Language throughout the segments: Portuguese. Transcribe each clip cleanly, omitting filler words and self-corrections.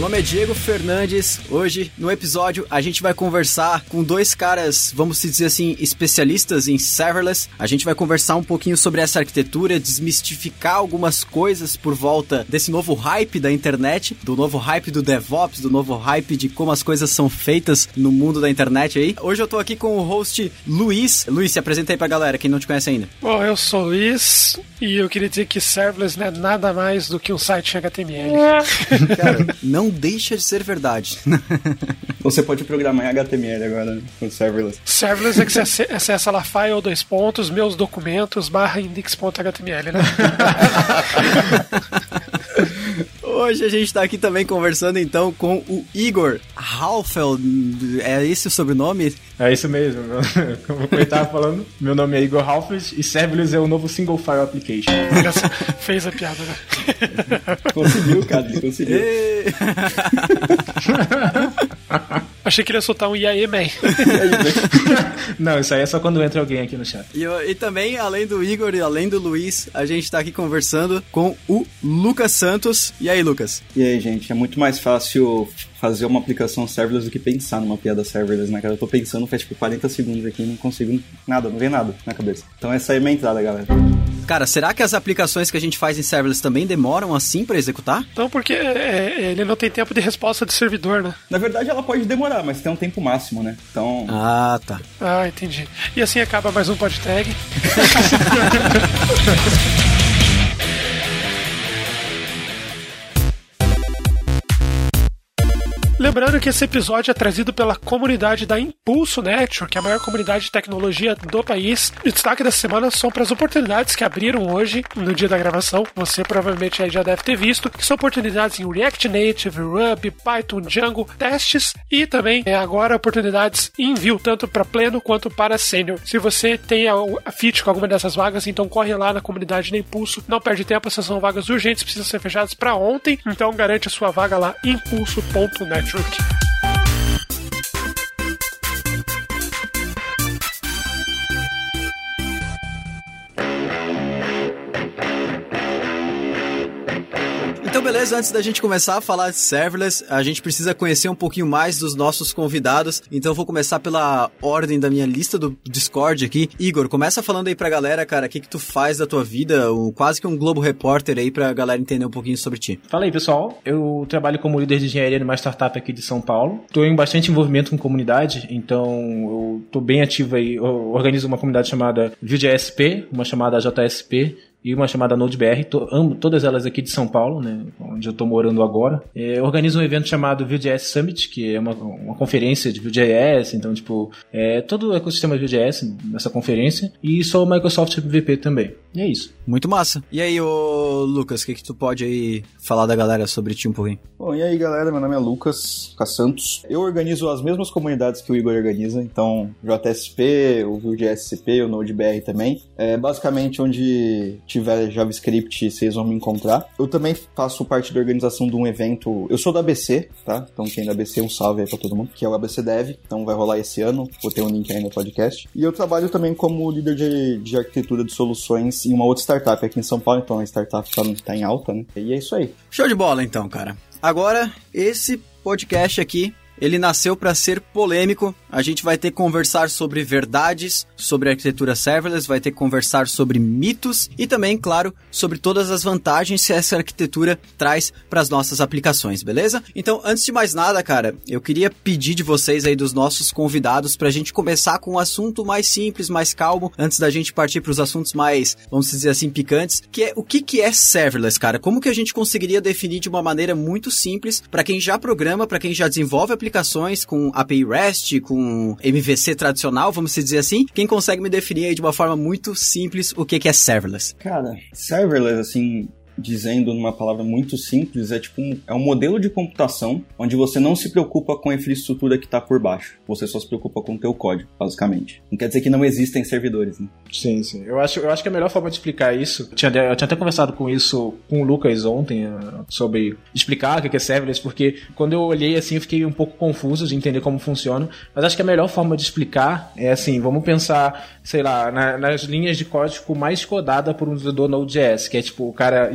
nome é Diego Fernandes. Hoje, no episódio, a gente vai conversar com dois caras, vamos dizer assim, especialistas em serverless. A gente vai conversar um pouquinho sobre essa arquitetura, desmistificar algumas coisas por volta desse novo hype da internet, do novo hype do DevOps, do novo hype de como as coisas são feitas no mundo da internet aí. Hoje eu tô aqui com o host Luiz. Luiz, se apresenta aí pra galera, quem não te conhece ainda. Bom, eu sou o Luiz e eu queria dizer que serverless não é nada mais do que um site em HTML. Cara, não deixa de ser verdade. Você pode programar em HTML agora, com serverless. Serverless é que você acessa lá file, meus documentos, /index.html, né? Hoje a gente tá aqui também conversando então com o Igor Halfeld. É esse o sobrenome? É isso mesmo. Como eu tava falando, meu nome é Igor Halfeld e serverless é o novo single file application. Fez a piada, né? Conseguiu, cara, conseguiu. Achei que ele ia soltar um IAE, man. Não, isso aí é só quando entra alguém aqui no chat. E também, além do Igor e além do Luiz, a gente tá aqui conversando com o Lucas Santos. E aí, Lucas? E aí, gente, é muito mais fácil fazer uma aplicação serverless do que pensar numa piada serverless, né, cara? Eu tô pensando faz tipo 40 segundos aqui e não consigo nada, não vem nada na cabeça. Então essa aí é a minha entrada, galera. Cara, será que as aplicações que a gente faz em serverless também demoram assim pra executar? Não, porque ele não tem tempo de resposta de servidor, né? Na verdade, ela pode demorar, mas tem um tempo máximo, né? Então... Ah, tá. Ah, entendi. E assim acaba mais um PodTag. Lembrando que esse episódio é trazido pela comunidade da Impulso Network, que é a maior comunidade de tecnologia do país. O destaque da semana são para as oportunidades que abriram hoje, no dia da gravação. Você provavelmente aí já deve ter visto, que são oportunidades em React Native, Ruby, Python, Django, testes e também agora oportunidades em Vue, tanto para pleno quanto para sênior. Se você tem a fit com alguma dessas vagas, então corre lá na comunidade da Impulso. Não perde tempo, essas são vagas urgentes, precisam ser fechadas para ontem, então garante a sua vaga lá, impulso.net. Então beleza, antes da gente começar a falar de serverless, a gente precisa conhecer um pouquinho mais dos nossos convidados, então eu vou começar pela ordem da minha lista do Discord aqui. Igor, começa falando aí pra galera, cara, o que tu faz da tua vida, quase que um Globo Repórter aí pra galera entender um pouquinho sobre ti. Fala aí, pessoal, eu trabalho como líder de engenharia numa startup aqui de São Paulo, tô em bastante envolvimento com comunidade, então eu tô bem ativo aí, eu organizo uma comunidade chamada Vue.jsp, uma chamada JSP, e uma chamada NodeBR, amo todas elas aqui de São Paulo, né, onde eu estou morando agora. Eu organizo um evento chamado Vue.js Summit, que é uma conferência de Vue.js, então, tipo, todo o ecossistema Vue.js nessa conferência, e sou o Microsoft MVP também. E é isso. Muito massa. E aí, Lucas, o que tu pode aí falar da galera sobre ti um pouquinho? Bom, e aí, galera, meu nome é Lucas Santos. Eu organizo as mesmas comunidades que o Igor organiza, então, JSP, o Vue.js-CP, o NodeBR também. Basicamente, onde tiver JavaScript, vocês vão me encontrar. Eu também faço parte da organização de um evento. Eu sou da ABC, tá? Então quem é da ABC, um salve aí pra todo mundo, que é o ABC Dev. Então vai rolar esse ano, vou ter um link aí no podcast. E eu trabalho também como líder de arquitetura de soluções em uma outra startup aqui em São Paulo, então a startup tá em alta, né? E é isso aí. Show de bola então, cara. Agora, esse podcast aqui, ele nasceu para ser polêmico. A gente vai ter que conversar sobre verdades, sobre arquitetura serverless, vai ter que conversar sobre mitos e também, claro, sobre todas as vantagens que essa arquitetura traz para as nossas aplicações, beleza? Então, antes de mais nada, cara, eu queria pedir de vocês aí, dos nossos convidados, pra gente começar com um assunto mais simples, mais calmo, antes da gente partir para os assuntos mais, vamos dizer assim, picantes, que é o que é serverless, cara? Como que a gente conseguiria definir de uma maneira muito simples para quem já programa, para quem já desenvolve aplicações com API REST, com MVC tradicional, vamos dizer assim? Quem consegue me definir aí de uma forma muito simples o que é serverless? Cara, serverless, assim, dizendo numa palavra muito simples, é um modelo de computação onde você não se preocupa com a infraestrutura que está por baixo. Você só se preocupa com o teu código, basicamente. Não quer dizer que não existem servidores, né? Sim, sim. Eu acho que a melhor forma de explicar isso... Eu tinha até conversado com isso com o Lucas ontem, sobre explicar o que é serverless, porque quando eu olhei assim, eu fiquei um pouco confuso de entender como funciona, mas acho que a melhor forma de explicar é assim, vamos pensar, sei lá, nas linhas de código mais codada por um usuador Node.js, que é tipo, o cara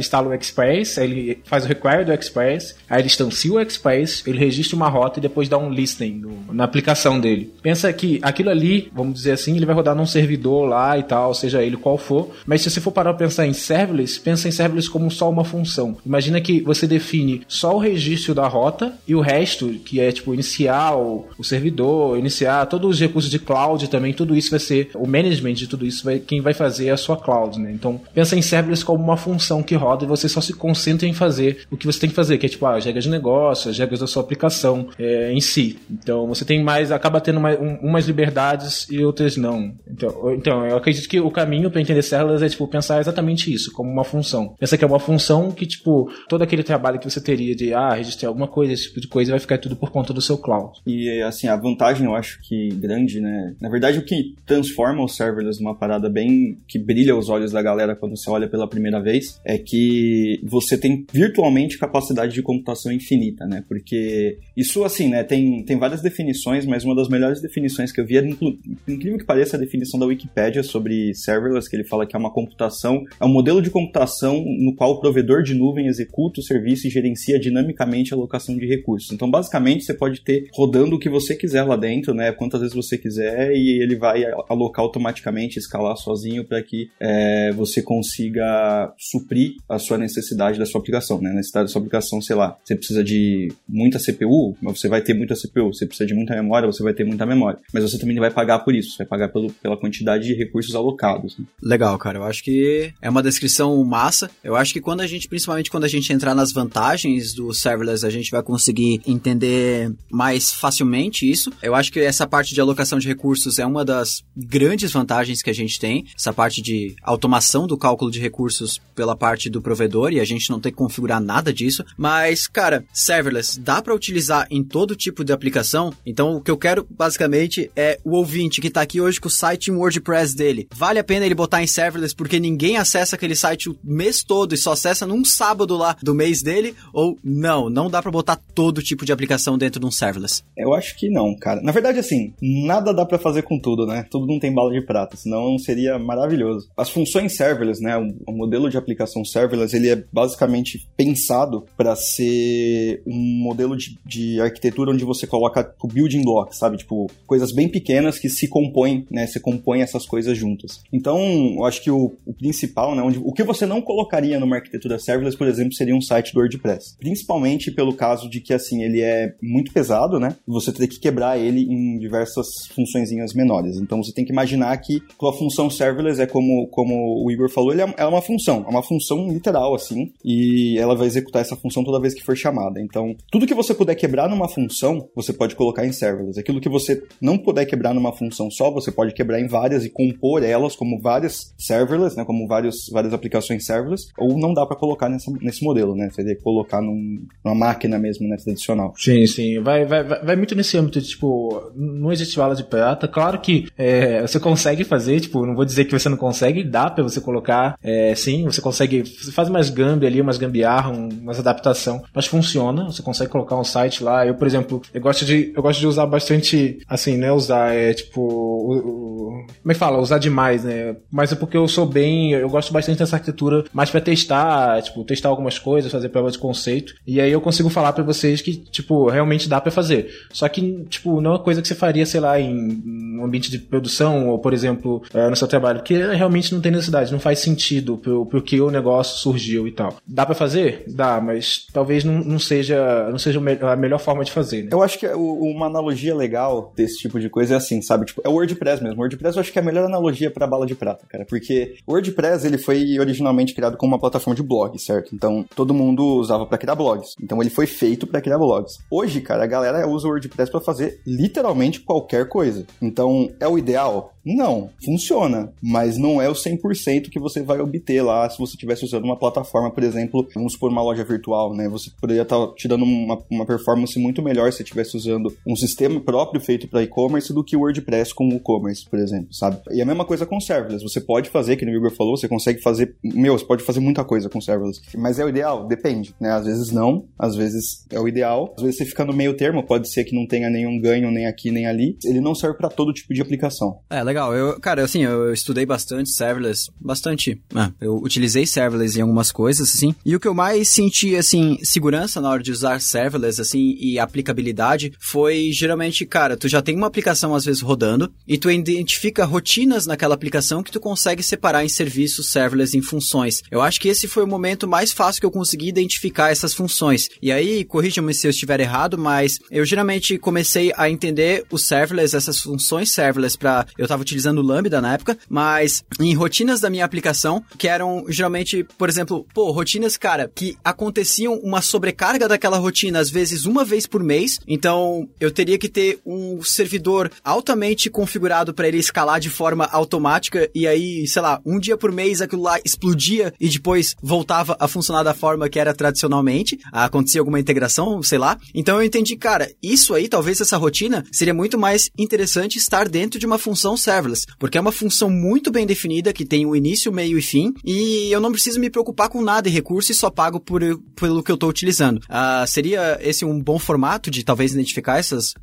instala o Express, aí ele faz o require do Express, aí ele instancia o Express, ele registra uma rota e depois dá um listening na aplicação dele. Pensa que aquilo ali, vamos dizer assim, ele vai rodar num servidor lá e tal, seja ele qual for, mas se você for parar pra pensar em serverless, pensa em serverless como só uma função. Imagina que você define só o registro da rota e o resto, que é tipo iniciar o servidor, iniciar todos os recursos de cloud também, tudo isso vai ser, o management de tudo isso, quem vai fazer é a sua cloud, né? Então, pensa em serverless como uma função que roda e você só se concentra em fazer o que você tem que fazer, que é tipo as regras de negócio, as regras da sua aplicação em si. Então, você tem acaba tendo umas liberdades e outras não. Então, eu acredito que o caminho para entender serverless é tipo pensar exatamente isso, como uma função. Pensa que é uma função que tipo todo aquele trabalho que você teria de registrar alguma coisa, esse tipo de coisa, vai ficar tudo por conta do seu cloud. E assim, a vantagem eu acho que grande, né? Na verdade, o que transforma o serverless numa parada bem que brilha aos olhos da galera quando você olha pela primeira vez é que você tem virtualmente capacidade de computação infinita, né? Porque isso assim, né? Tem várias definições, mas uma das melhores definições que eu vi é, incrível que pareça, a definição da Wikipédia sobre serverless, que ele fala que é uma computação, é um modelo de computação no qual o provedor de nuvem executa o serviço e gerencia dinamicamente a alocação de recursos. Então, basicamente, você pode ter rodando o que você quiser lá dentro, né? Quantas vezes você quiser, e ele vai alocar automaticamente, escalar sozinho para que você consiga suprir a sua necessidade da sua aplicação, né? A necessidade da sua aplicação, sei lá, você precisa de muita CPU, mas você vai ter muita CPU. Você precisa de muita memória, você vai ter muita memória. Mas você também vai pagar por isso, você vai pagar pela quantidade de recursos alocados. Né? Legal, cara. Eu acho que é uma descrição massa. Eu acho que principalmente quando a gente entrar nas vantagens do serverless, a gente vai conseguir entender mais facilmente isso. Eu acho que essa parte de alocação de recursos é uma das grandes vantagens que a gente tem. Essa parte de automação do cálculo de recursos pela parte do provedor, e a gente não tem que configurar nada disso. Mas, cara, serverless dá para utilizar em todo tipo de aplicação. Então, o que eu quero, basicamente, é o ouvinte que tá aqui hoje com o site em WordPress dele. Vale a pena ele botar em serverless porque ninguém acessa aquele site o mês todo e só acessa num sábado lá do mês dele? Ou não dá pra botar todo tipo de aplicação dentro de um serverless? Eu acho que não, cara. Na verdade, assim, nada dá pra fazer com tudo, né? Tudo não tem bala de prata, senão seria maravilhoso. As funções serverless, né? O modelo de aplicação serverless, ele é basicamente pensado para ser um modelo de arquitetura onde você coloca o building block, sabe? Tipo, coisas bem pequenas que se compõem, né? Você compõe essas coisas juntas. Então, eu acho que o principal, né? O que você não colocaria numa arquitetura serverless, por exemplo, seria um site do WordPress. Principalmente pelo caso de que, assim, ele é muito pesado, né? Você teria que quebrar ele em diversas funçõezinhas menores. Então, você tem que imaginar que a função serverless é como o Igor falou, ela é uma função literal, assim, e ela vai executar essa função toda vez que for chamada. Então, tudo que você puder quebrar numa função, você pode colocar em serverless. Aquilo que você não puder quebrar numa função só, você pode quebrar em várias e compor elas como várias serverless, né, como várias aplicações serverless, ou não dá pra colocar nesse modelo, né, você teria que colocar numa máquina mesmo, né, tradicional. Sim, vai muito nesse âmbito de, tipo, não existe bala de prata. Claro que você consegue fazer, tipo, não vou dizer que você não consegue, dá pra você colocar, sim, você consegue, você faz umas gambiarra, umas adaptação, mas funciona, você consegue colocar um site lá. Eu, por exemplo, eu gosto de usar bastante, assim, né, como é que fala? Usar demais, né, mas é porque eu gosto bastante dessa arquitetura, mais pra testar, tipo, testar algumas coisas, fazer prova de conceito, e aí eu consigo falar pra vocês que, tipo, realmente dá pra fazer. Só que, tipo, não é uma coisa que você faria, sei lá, em um ambiente de produção, ou, por exemplo, no seu trabalho, porque realmente não tem necessidade, não faz sentido pro que o negócio surgiu e tal. Dá pra fazer? Dá, mas talvez não seja a melhor forma de fazer, né? Eu acho que uma analogia legal desse tipo de coisa é assim, sabe? Tipo, é o WordPress mesmo. O WordPress eu acho que é a melhor analogia pra bala de prata, cara, porque o WordPress, ele foi originalmente criado como uma plataforma de blog, certo? Então, todo mundo usava pra criar blogs. Então, ele foi feito pra criar blogs. Hoje, cara, a galera usa o WordPress pra fazer literalmente qualquer coisa. Então, é o ideal? Não, funciona, mas não é o 100% que você vai obter lá se você estivesse usando uma plataforma, por exemplo, vamos supor uma loja virtual, né? Você poderia estar te dando uma performance muito melhor se você estivesse usando um sistema próprio feito para e-commerce do que o WordPress com o e-commerce, por exemplo, sabe? E a mesma coisa com serverless, você pode fazer, que o Igor falou, você consegue fazer, você pode fazer muita coisa com serverless, mas é o ideal? Depende, né? Às vezes não, às vezes é o ideal, às vezes você fica no meio termo, pode ser que não tenha nenhum ganho nem aqui nem ali, ele não serve para todo tipo de aplicação. Legal. Eu estudei bastante serverless, eu utilizei serverless em algumas coisas, assim. E o que eu mais senti, assim, segurança na hora de usar serverless, assim, e aplicabilidade, foi geralmente, cara, tu já tem uma aplicação às vezes rodando e tu identifica rotinas naquela aplicação que tu consegue separar em serviços serverless em funções. Eu acho que esse foi o momento mais fácil que eu consegui identificar essas funções. E aí, corrija-me se eu estiver errado, mas eu geralmente comecei a entender o serverless, essas funções serverless eu tava utilizando o Lambda na época, mas em rotinas da minha aplicação, que eram geralmente, por exemplo, rotinas, cara, que aconteciam uma sobrecarga daquela rotina, às vezes uma vez por mês, então eu teria que ter um servidor altamente configurado para ele escalar de forma automática, e aí, sei lá, um dia por mês aquilo lá explodia e depois voltava a funcionar da forma que era tradicionalmente, acontecia alguma integração, sei lá. Então eu entendi, cara, isso aí, talvez essa rotina, seria muito mais interessante estar dentro de uma função serverless, porque é uma função muito bem definida, que tem um início, meio e fim, e eu não preciso me preocupar com nada em recurso e só pago pelo que eu estou utilizando. Seria esse um bom formato de talvez identificar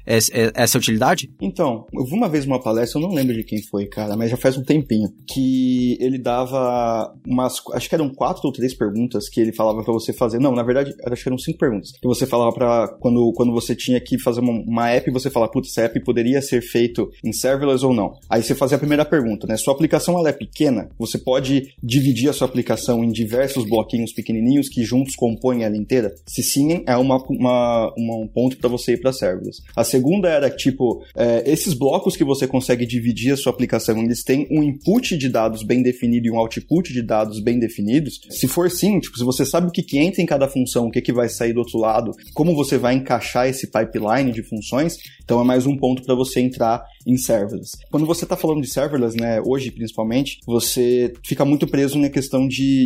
essa utilidade? Então, eu vi uma vez uma palestra, eu não lembro de quem foi, cara, mas já faz um tempinho, que ele dava acho que eram 4 ou 3 perguntas que ele falava pra você fazer. Não, na verdade, acho que eram 5 perguntas. Que você falava pra, quando você tinha que fazer uma app, você fala, putz, essa app poderia ser feito em serverless ou não? Aí você fazia a primeira pergunta, né? Sua aplicação, ela é pequena? Você pode dividir a sua aplicação em diversos bloquinhos pequenininhos que juntos compõem ela inteira? Se sim, é um ponto pra você ir pra serverless. A segunda era, tipo, esses blocos que você consegue dividir a sua aplicação, eles têm um input de dados bem definido e um output de dados bem definidos? Se for sim, tipo, se você sabe o que entra em cada função, o que vai sair do outro lado, como você vai encaixar esse pipeline de funções, então é mais um ponto para você entrar em serverless. Quando você está falando de serverless, né, hoje principalmente, você fica muito preso na questão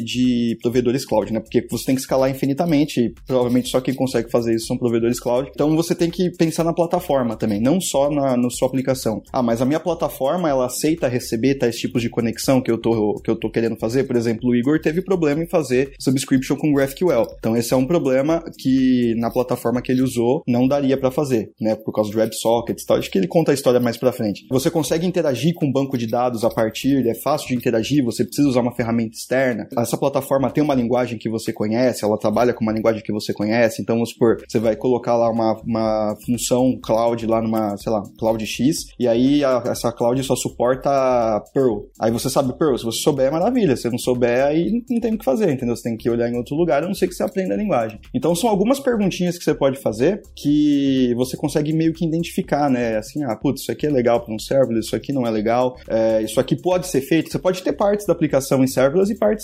de provedores cloud, né, porque você tem que escalar infinitamente e provavelmente só quem consegue fazer isso são provedores cloud. Então você tem que pensar na plataforma também, não só na sua aplicação. Mas a minha plataforma, ela aceita receber tais tipos de conexão que eu tô querendo fazer. Por exemplo, o Igor teve problema em fazer subscription com GraphQL. Então esse é um problema que na plataforma que ele usou não daria para fazer, né, por causa de WebSockets e tal. Acho que ele conta a história mais pra frente. Você consegue interagir com o banco de dados a partir, é fácil de interagir, você precisa usar uma ferramenta externa. Essa plataforma tem uma linguagem que você conhece, ela trabalha com uma linguagem que você conhece, então vamos supor, você vai colocar lá uma função cloud lá numa, sei lá, Cloud X, e aí essa cloud só suporta Perl. Aí você sabe Perl, se você souber é maravilha, se não souber aí não tem o que fazer, entendeu? Você tem que olhar em outro lugar, a não ser que você aprenda a linguagem. Então são algumas perguntinhas que você pode fazer que você consegue meio que identificar, né? Assim, putz, isso aqui é legal para um serverless, isso aqui não é legal, isso aqui pode ser feito. Você pode ter partes da aplicação em serverless e partes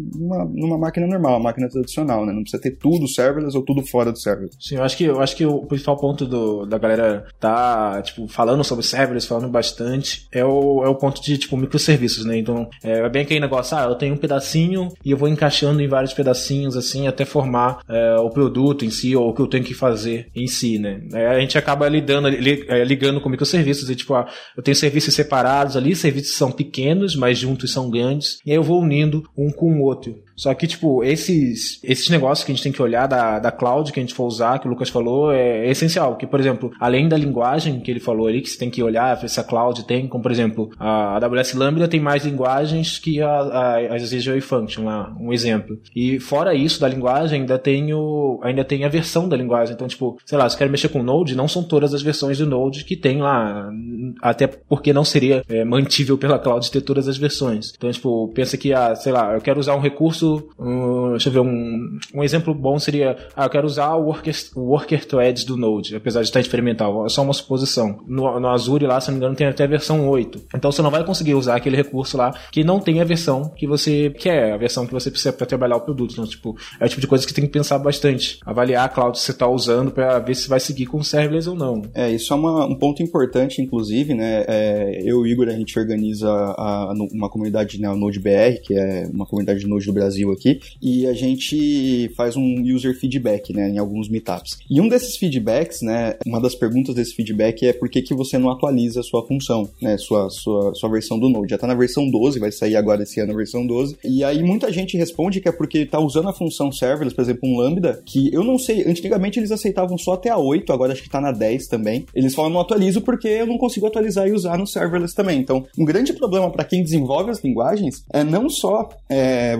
numa máquina normal, uma máquina tradicional, né? Não precisa ter tudo serverless ou tudo fora do serverless. Sim, eu acho que o principal ponto da galera tá, tipo, falando sobre serverless, falando bastante, é o ponto de, tipo, microserviços, né? Então, é bem aquele negócio, eu tenho um pedacinho e eu vou encaixando em vários pedacinhos, assim, até formar o produto em si, ou o que eu tenho que fazer em si, né? A gente acaba ligando com microserviços e, tipo, eu tenho serviços separados ali, serviços são pequenos, mas juntos são grandes, e aí eu vou unindo um com o outro. Só que, tipo, esses negócios que a gente tem que olhar da cloud que a gente for usar, que o Lucas falou, é essencial. Porque, por exemplo, além da linguagem que ele falou ali, que você tem que olhar se a cloud tem, como, por exemplo, a AWS Lambda tem mais linguagens que a ZJ Function, lá, um exemplo. E fora isso da linguagem, ainda tem a versão da linguagem. Então, tipo, sei lá, se eu quero mexer com Node, não são todas as versões do Node que tem lá, até porque não seria mantível pela cloud ter todas as versões. Então, tipo, pensa que, sei lá, eu quero usar um recurso, deixa eu ver, um exemplo bom seria, eu quero usar o Worker Threads do Node, apesar de estar experimental, é só uma suposição. No Azure lá, se não me engano, tem até a versão 8. Então você não vai conseguir usar aquele recurso lá que não tem a versão que você quer, a versão que você precisa para trabalhar o produto. Então, tipo, é o tipo de coisa que você tem que pensar bastante. Avaliar a cloud que você está usando para ver se vai seguir com serverless ou não. Isso é um ponto importante, inclusive, né? Eu e o Igor, a gente organiza uma comunidade, né, o Node BR, que é uma comunidade de Node do Brasil aqui, e a gente faz um user feedback, né, em alguns meetups. E um desses feedbacks, né, uma das perguntas desse feedback é por que você não atualiza a sua função, né, sua versão do Node. Já tá na versão 12, vai sair agora esse ano a versão 12, e aí muita gente responde que é porque tá usando a função serverless, por exemplo, um Lambda, que eu não sei, antigamente eles aceitavam só até a 8, agora acho que tá na 10 também. Eles falam, não atualizo porque eu não consigo atualizar e usar no serverless também. Então, um grande problema para quem desenvolve as linguagens é não só você ter que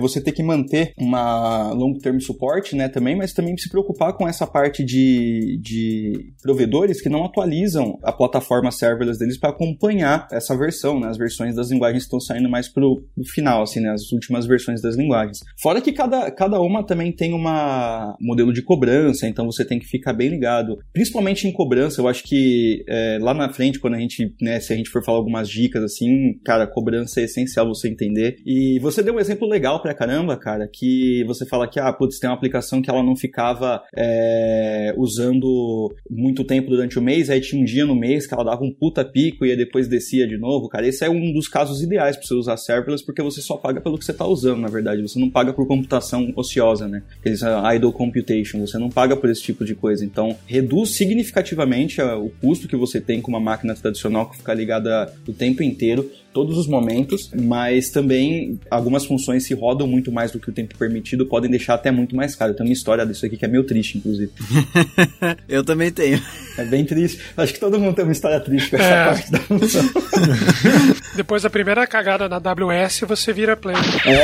manter uma long-term support, né, também, mas também se preocupar com essa parte de provedores que não atualizam a plataforma serverless deles para acompanhar essa versão, né, as versões das linguagens estão saindo mais pro final, assim, né, as últimas versões das linguagens. Fora que cada uma também tem uma modelo de cobrança, então você tem que ficar bem ligado, principalmente em cobrança. Eu acho que lá na frente, quando a gente, né, se a gente for falar algumas dicas, assim, cara, cobrança é essencial você entender. E você deu um exemplo legal pra caramba, cara, que você fala que, putz, tem uma aplicação que ela não ficava usando muito tempo durante o mês, aí tinha um dia no mês que ela dava um puta pico e depois descia de novo, cara. Esse é um dos casos ideais pra você usar serverless, porque você só paga pelo que você tá usando, na verdade. Você não paga por computação ociosa, né? Aqueles idle computation, você não paga por esse tipo de coisa. Então, reduz significativamente o custo que você tem com uma máquina tradicional que fica ligada o tempo inteiro, todos os momentos, mas também algumas funções, se rodam muito mais do que o tempo permitido, podem deixar até muito mais caro. Eu tenho uma história disso aqui que é meio triste, inclusive. Eu também tenho. É bem triste. Acho que todo mundo tem uma história triste com essa parte da função. Depois da primeira cagada na AWS, você vira pleno.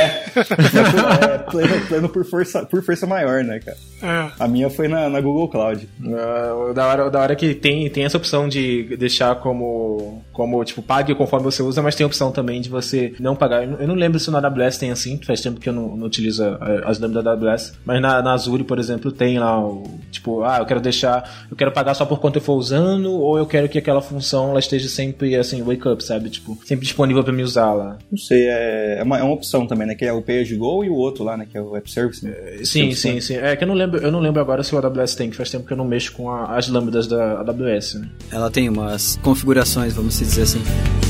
Pleno por força maior, né, cara? A minha foi na Google Cloud. Da hora que tem essa opção de deixar como tipo, pague conforme você usa, mas tem a opção também de você não pagar. Eu não lembro se na AWS tem assim, faz tempo que eu não utilizo as lambdas da AWS, mas na Azure, por exemplo, tem lá tipo, eu quero pagar só por quanto eu for usando, ou eu quero que aquela função ela esteja sempre, assim, wake up, sabe? Tipo, sempre disponível pra me usar lá. Não sei, é uma opção também, né? Que é o Pay As You Go e o outro lá, né? Que é o App Service. Né? Sim. É que eu não lembro agora se o AWS tem, que faz tempo que eu não mexo com as lambdas da AWS, né? Ela tem umas configurações, vamos dizer assim.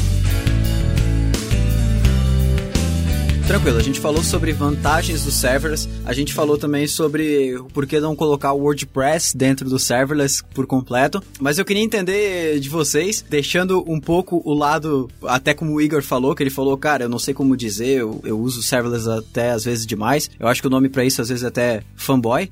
Tranquilo, a gente falou sobre vantagens do serverless, a gente falou também sobre o porquê não colocar o WordPress dentro do serverless por completo, mas eu queria entender de vocês, deixando um pouco o lado, até como o Igor falou, que ele falou, cara, eu não sei como dizer, eu uso serverless até às vezes demais, eu acho que o nome pra isso às vezes é até fanboy.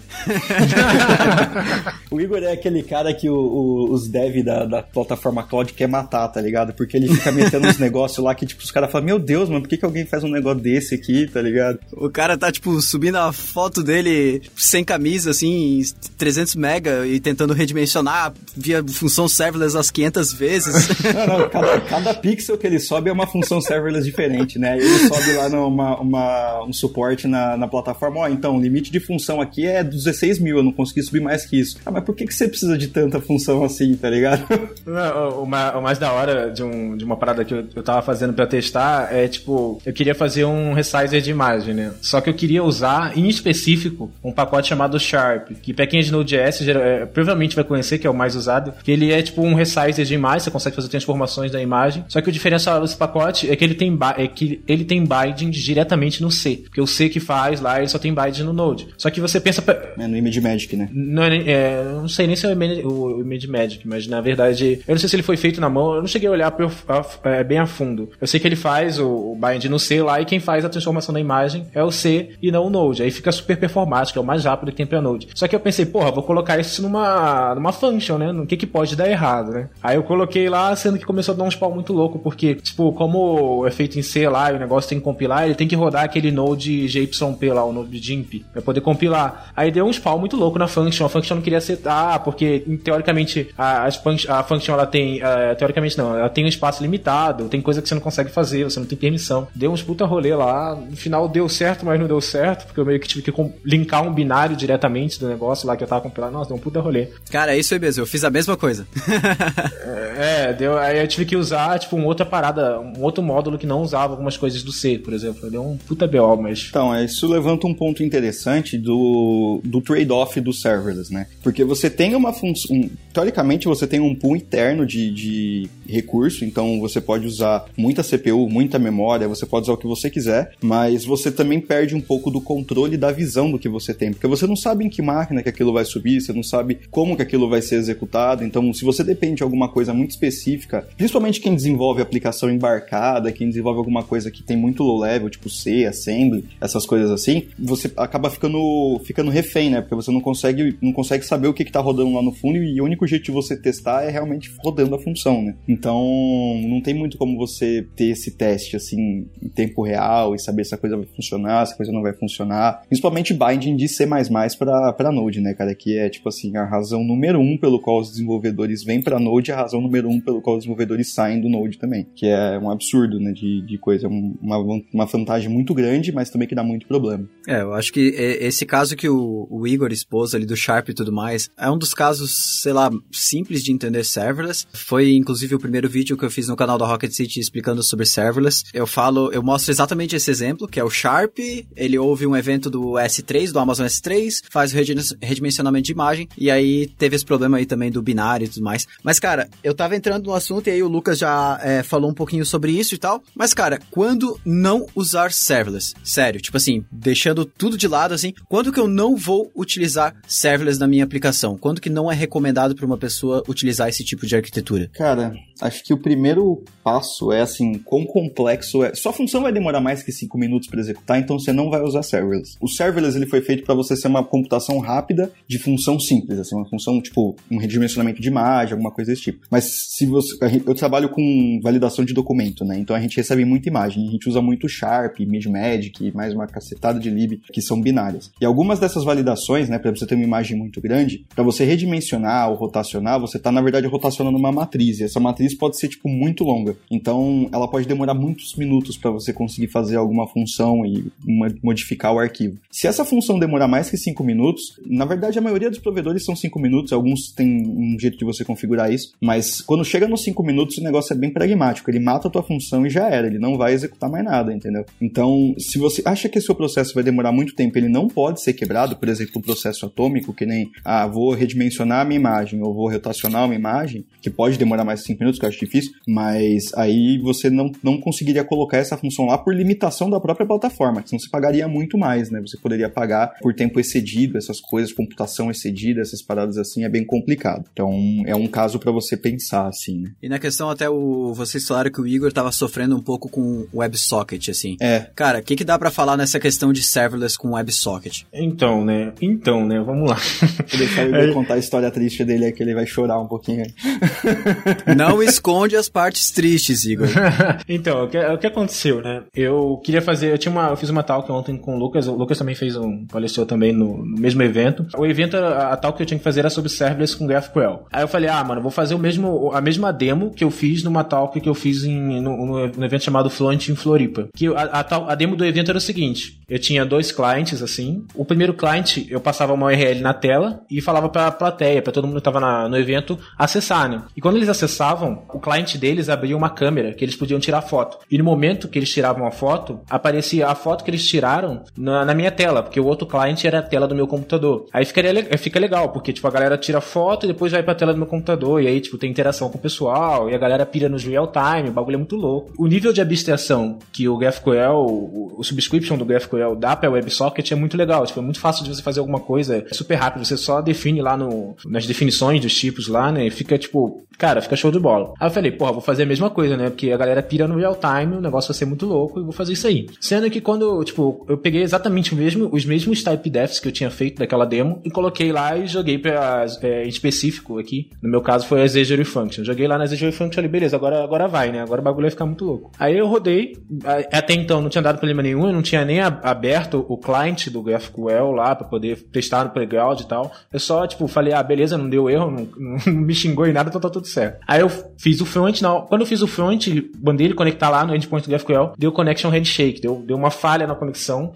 O Igor é aquele cara que os dev da plataforma cloud quer matar, tá ligado? Porque ele fica metendo uns negócios lá que, tipo, os caras falam, meu Deus, mano, por que alguém faz um negócio desse aqui, tá ligado? O cara tá, tipo, subindo a foto dele sem camisa, assim, 300 mega e tentando redimensionar via função serverless as 500 vezes. Não, cada pixel que ele sobe é uma função serverless diferente, né? Ele sobe lá um suporte na plataforma, então, o limite de função aqui é 16 mil, eu não consegui subir mais que isso. Mas por que você precisa de tanta função assim, tá ligado? O mais da hora de uma parada que eu tava fazendo pra testar é, tipo, eu queria fazer um resizer de imagem, né? Só que eu queria usar, em específico, um pacote chamado Sharp, que pra quem é de Node.js, provavelmente vai conhecer, que é o mais usado, que ele é tipo um resizer de imagem, você consegue fazer transformações da imagem, só que o diferencial desse pacote é que ele tem binding diretamente no C, porque o C que faz lá, ele só tem binding no Node. Só que você pensa... É no ImageMagick, né? Eu não sei nem se é o ImageMagick, mas na verdade, eu não sei se ele foi feito na mão, eu não cheguei a olhar bem a fundo. Eu sei que ele faz o bind no C lá, e quem faz a transformação da imagem é o C e não o Node. Aí fica super performático, é o mais rápido que tem pra Node. Só que eu pensei, vou colocar isso numa function, né? No que pode dar errado, né? Aí eu coloquei lá, sendo que começou a dar um spawn muito louco, porque, tipo, como é feito em C lá e o negócio tem que compilar, ele tem que rodar aquele Node GYP lá, o Node GIMP, pra poder compilar. Aí deu um spawn muito louco na function. A function não queria setar, porque, teoricamente, a function, ela tem... teoricamente não, ela tem um espaço limitado, tem coisa que você não consegue fazer, você não tem permissão. Deu uns puta rolê lá, no final deu certo, mas não deu certo, porque eu meio que tive que linkar um binário diretamente do negócio lá que eu tava compilando. Nossa, deu um puta rolê. Cara, é isso aí mesmo, eu fiz a mesma coisa. Deu, aí eu tive que usar, tipo, uma outra parada, um outro módulo que não usava algumas coisas do C, por exemplo. Deu um puta BO, mas... Então, isso levanta um ponto interessante do trade-off do serverless, né? Porque você tem uma função... Teoricamente, você tem um pool interno de recurso, então você pode usar muita CPU, muita memória, você pode usar o que você quiser, mas você também perde um pouco do controle da visão do que você tem, porque você não sabe em que máquina que aquilo vai subir, você não sabe como que aquilo vai ser executado. Então, se você depende de alguma coisa muito específica, principalmente quem desenvolve aplicação embarcada, quem desenvolve alguma coisa que tem muito low level, tipo C, Assembly, essas coisas assim, você acaba ficando refém, né? Porque você não consegue saber o que tá rodando lá no fundo, e o único jeito de você testar é realmente rodando a função, né? Então, não tem muito como você ter esse teste, assim, em tempo real tal, e saber se a coisa vai funcionar, se a coisa não vai funcionar. Principalmente binding de C++ pra Node, né, cara? Que é, tipo assim, a razão número 1 pelo qual os desenvolvedores vêm pra Node e a razão número 1 pelo qual os desenvolvedores saem do Node também. Que é um absurdo, né, de coisa. Uma vantagem muito grande, mas também que dá muito problema. Eu acho que esse caso que o Igor expôs ali do Sharp e tudo mais, é um dos casos, sei lá, simples de entender serverless. Foi, inclusive, o primeiro vídeo que eu fiz no canal da Rocket City explicando sobre serverless. Eu mostro exatamente esse exemplo, que é o Sharp, ele ouve um evento do S3, do Amazon S3, faz o redimensionamento de imagem, e aí teve esse problema aí também do binário e tudo mais. Mas, cara, eu tava entrando no assunto e aí o Lucas já falou um pouquinho sobre isso e tal, mas, cara, quando não usar serverless? Sério, tipo assim, deixando tudo de lado, assim, quando que eu não vou utilizar serverless na minha aplicação? Quando que não é recomendado para uma pessoa utilizar esse tipo de arquitetura? Cara, acho que o primeiro passo é, assim, quão complexo é. Sua função vai demorar mais que 5 minutos para executar, então você não vai usar serverless. O serverless, ele foi feito para você ser uma computação rápida de função simples, assim, uma função, tipo, um redimensionamento de imagem, alguma coisa desse tipo. Mas se você... Eu trabalho com validação de documento, né? Então a gente recebe muita imagem, a gente usa muito Sharp, MidMagic e mais uma cacetada de lib que são binárias. E algumas dessas validações, né, para você ter uma imagem muito grande, para você redimensionar ou rotacionar, você tá, na verdade, rotacionando uma matriz. E essa matriz pode ser, tipo, muito longa. Então, ela pode demorar muitos minutos para você conseguir fazer alguma função e modificar o arquivo. Se essa função demorar mais que 5 minutos, na verdade, a maioria dos provedores são 5 minutos, alguns têm um jeito de você configurar isso, mas quando chega nos 5 minutos, o negócio é bem pragmático. Ele mata a tua função e já era. Ele não vai executar mais nada, entendeu? Então, se você acha que seu processo vai demorar muito tempo, ele não pode ser quebrado, por exemplo, o processo atômico, que nem, vou redimensionar a minha imagem, ou vou rotacionar uma imagem, que pode demorar mais de 5 minutos, que eu acho difícil, mas aí você não conseguiria colocar essa função lá por limitação da própria plataforma, senão você pagaria muito mais, né? Você poderia pagar por tempo excedido, essas coisas, computação excedida, essas paradas assim, é bem complicado. Então, é um caso pra você pensar, assim, né? E na questão até vocês falaram que o Igor tava sofrendo um pouco com WebSocket, assim. Cara, o que dá pra falar nessa questão de serverless com WebSocket? Então, né, vamos lá. Vou deixar o Igor contar a história triste dele aí, que ele vai chorar um pouquinho aí. Não esconde as partes tristes, Igor. Então, o que aconteceu, né? Eu fiz uma talk ontem com o Lucas também palestrou também no mesmo evento. O evento, a talk que eu tinha que fazer era sobre serverless com GraphQL. Aí eu falei, mano, vou fazer a mesma demo que eu fiz numa talk que eu fiz no evento chamado Fluent em Floripa. Que a demo do evento era o seguinte, eu tinha 2 clientes, assim. O primeiro cliente, eu passava uma URL na tela e falava pra plateia, pra todo mundo que tava no evento, acessar, né? E quando eles acessavam, o cliente deles abria uma câmera que eles podiam tirar foto. E no momento que eles tiravam a foto, aparecia a foto que eles tiraram na minha tela, porque o outro cliente era a tela do meu computador. Aí fica legal, porque, tipo, a galera tira foto e depois vai pra tela do meu computador, e aí, tipo, tem interação com o pessoal, e a galera pira nos real time, o bagulho é muito louco. O nível de abstração que o GraphQL, o subscription do GraphQL dá pra WebSocket é muito legal, tipo, é muito fácil de você fazer alguma coisa, é super rápido, você só define lá nas definições dos tipos lá, né, e fica, tipo, cara, fica show de bola. Aí eu falei, vou fazer a mesma coisa, né, porque a galera pira no real time, o negócio vai ser muito louco, e vou fazer isso aí. Sendo que quando, tipo, eu peguei exatamente os mesmos type defs que eu tinha feito daquela demo, e coloquei lá e joguei pra, específico aqui, no meu caso foi as Azure Functions, joguei lá nas Azure Functions ali, beleza, agora vai, né, agora o bagulho vai ficar muito louco. Aí eu rodei, até então não tinha dado problema nenhum, eu não tinha nem aberto o client do GraphQL lá pra poder testar no playground e tal, eu só, tipo, falei, beleza, não deu erro, não me xingou em nada, então tá tudo certo. Aí eu fiz o front, quando eu fiz o front, mandei ele conectar lá no endpoint do GraphQL, deu connection handshake, deu uma falha na conexão,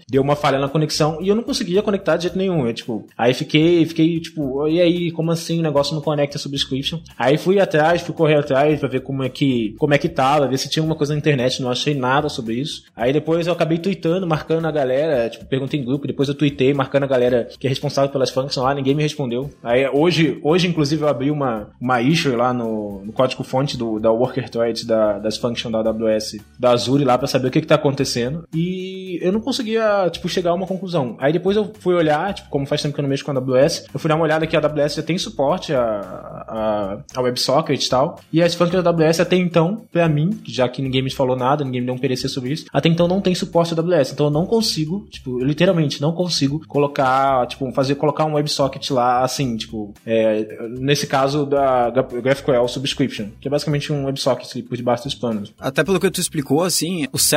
e eu não conseguia conectar de jeito nenhum, aí fiquei, tipo, e aí, como assim o negócio não conecta a subscription? Aí fui correr atrás pra ver como é que tava, ver se tinha alguma coisa na internet, não achei nada sobre isso. Aí depois eu acabei tweetando, marcando a galera, tipo, perguntei em grupo, depois eu tweetei, marcando a galera que é responsável pelas functions lá, ninguém me respondeu. Aí hoje inclusive, eu abri uma issue lá no código-fonte da worker thread das functions da AWS, da Azure lá, pra saber o que tá acontecendo. E eu não conseguia, tipo, chegar a uma conclusão. Aí depois eu fui olhar, tipo, como faz tempo que eu não mexo com a AWS, eu fui dar uma olhada que a AWS já tem suporte a WebSocket e tal. E as functions da AWS até então, pra mim, já que ninguém me falou nada, ninguém me deu um parecer sobre isso, até então não tem suporte a AWS. Então eu não consigo, tipo, eu literalmente não consigo colocar um WebSocket lá, assim, tipo, nesse caso da GraphQL Subscription, que é basicamente um WebSocket ali por debaixo dos panos. Até pelo que tu explicou, assim, o serverless, né,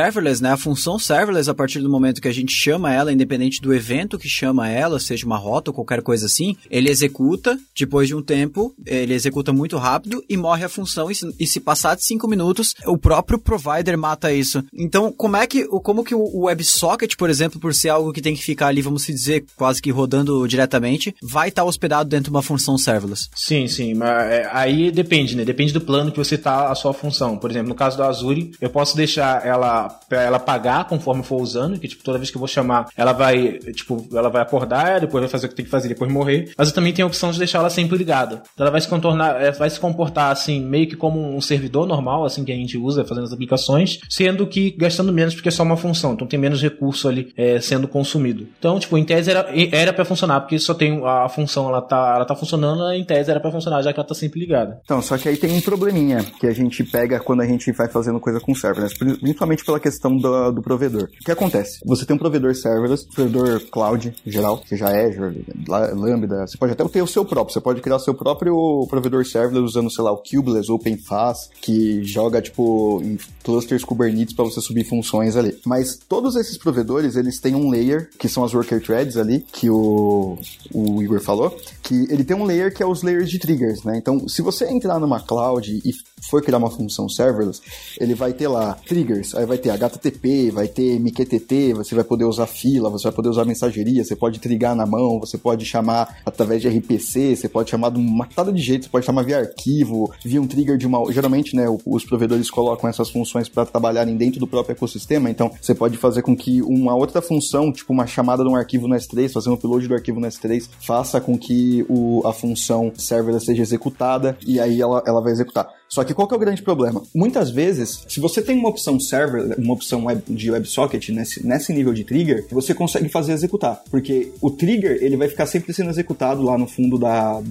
né? A função serverless, a partir do momento que a gente chama ela, independente do evento que chama ela, seja uma rota ou qualquer coisa assim, ele executa, depois de um tempo, ele executa muito rápido e morre a função, e se passar de 5 minutos, o próprio provider mata isso. Então, como que o WebSocket, por exemplo, por ser algo que tem que ficar ali, vamos dizer, quase que rodando diretamente, vai estar hospedado dentro de uma função serverless? Sim, mas aí depende, né? Depende do plano que você tá a sua função. Por exemplo, no caso do Azure, eu posso deixar ela pagar conforme for usando, que tipo, toda vez que eu vou chamar, ela vai acordar, depois vai fazer o que tem que fazer, depois morrer. Mas eu também tenho a opção de deixar ela sempre ligada. Então ela vai se comportar assim, meio que como um servidor normal, assim, que a gente usa fazendo as aplicações, sendo que gastando menos porque é só uma função, então tem menos recurso ali sendo consumido. Então, tipo, em tese era pra funcionar, porque só tem a função, ela tá funcionando, em tese era pra funcionar, já que ela tá sempre ligada. Então, só que aí tem um probleminha que a gente pega quando a gente vai fazendo coisa com serverless, principalmente pela questão do provedor. O que acontece? Você tem um provedor serverless, provedor cloud, em geral, seja Azure, Lambda, você pode até ter o seu próprio, você pode criar o seu próprio provedor serverless usando, sei lá, o Kubeless, OpenFaaS, que joga, tipo, em clusters Kubernetes para você subir funções ali. Mas todos esses provedores, eles têm um layer, que são as worker threads ali, que o Igor falou, que ele tem um layer que é os layers de triggers, né? Então, se você entrar numa cloud e for criar uma função serverless, ele vai ter lá triggers, aí vai ter HTTP, vai ter MQTT, você vai poder usar fila, você vai poder usar mensageria, você pode trigar na mão, você pode chamar através de RPC, você pode chamar de uma tada de jeito, você pode chamar via arquivo, via um trigger de uma... Geralmente, né, os provedores colocam essas funções para trabalharem dentro do próprio ecossistema, então você pode fazer com que uma outra função, tipo uma chamada de um arquivo no S3, fazer um upload do arquivo no S3, faça com que a função serverless seja executada e aí ela vai executar. Só que qual que é o grande problema? Muitas vezes, se você tem uma opção server, uma opção de WebSocket nesse nível de trigger, você consegue fazer executar. Porque o trigger, ele vai ficar sempre sendo executado lá no fundo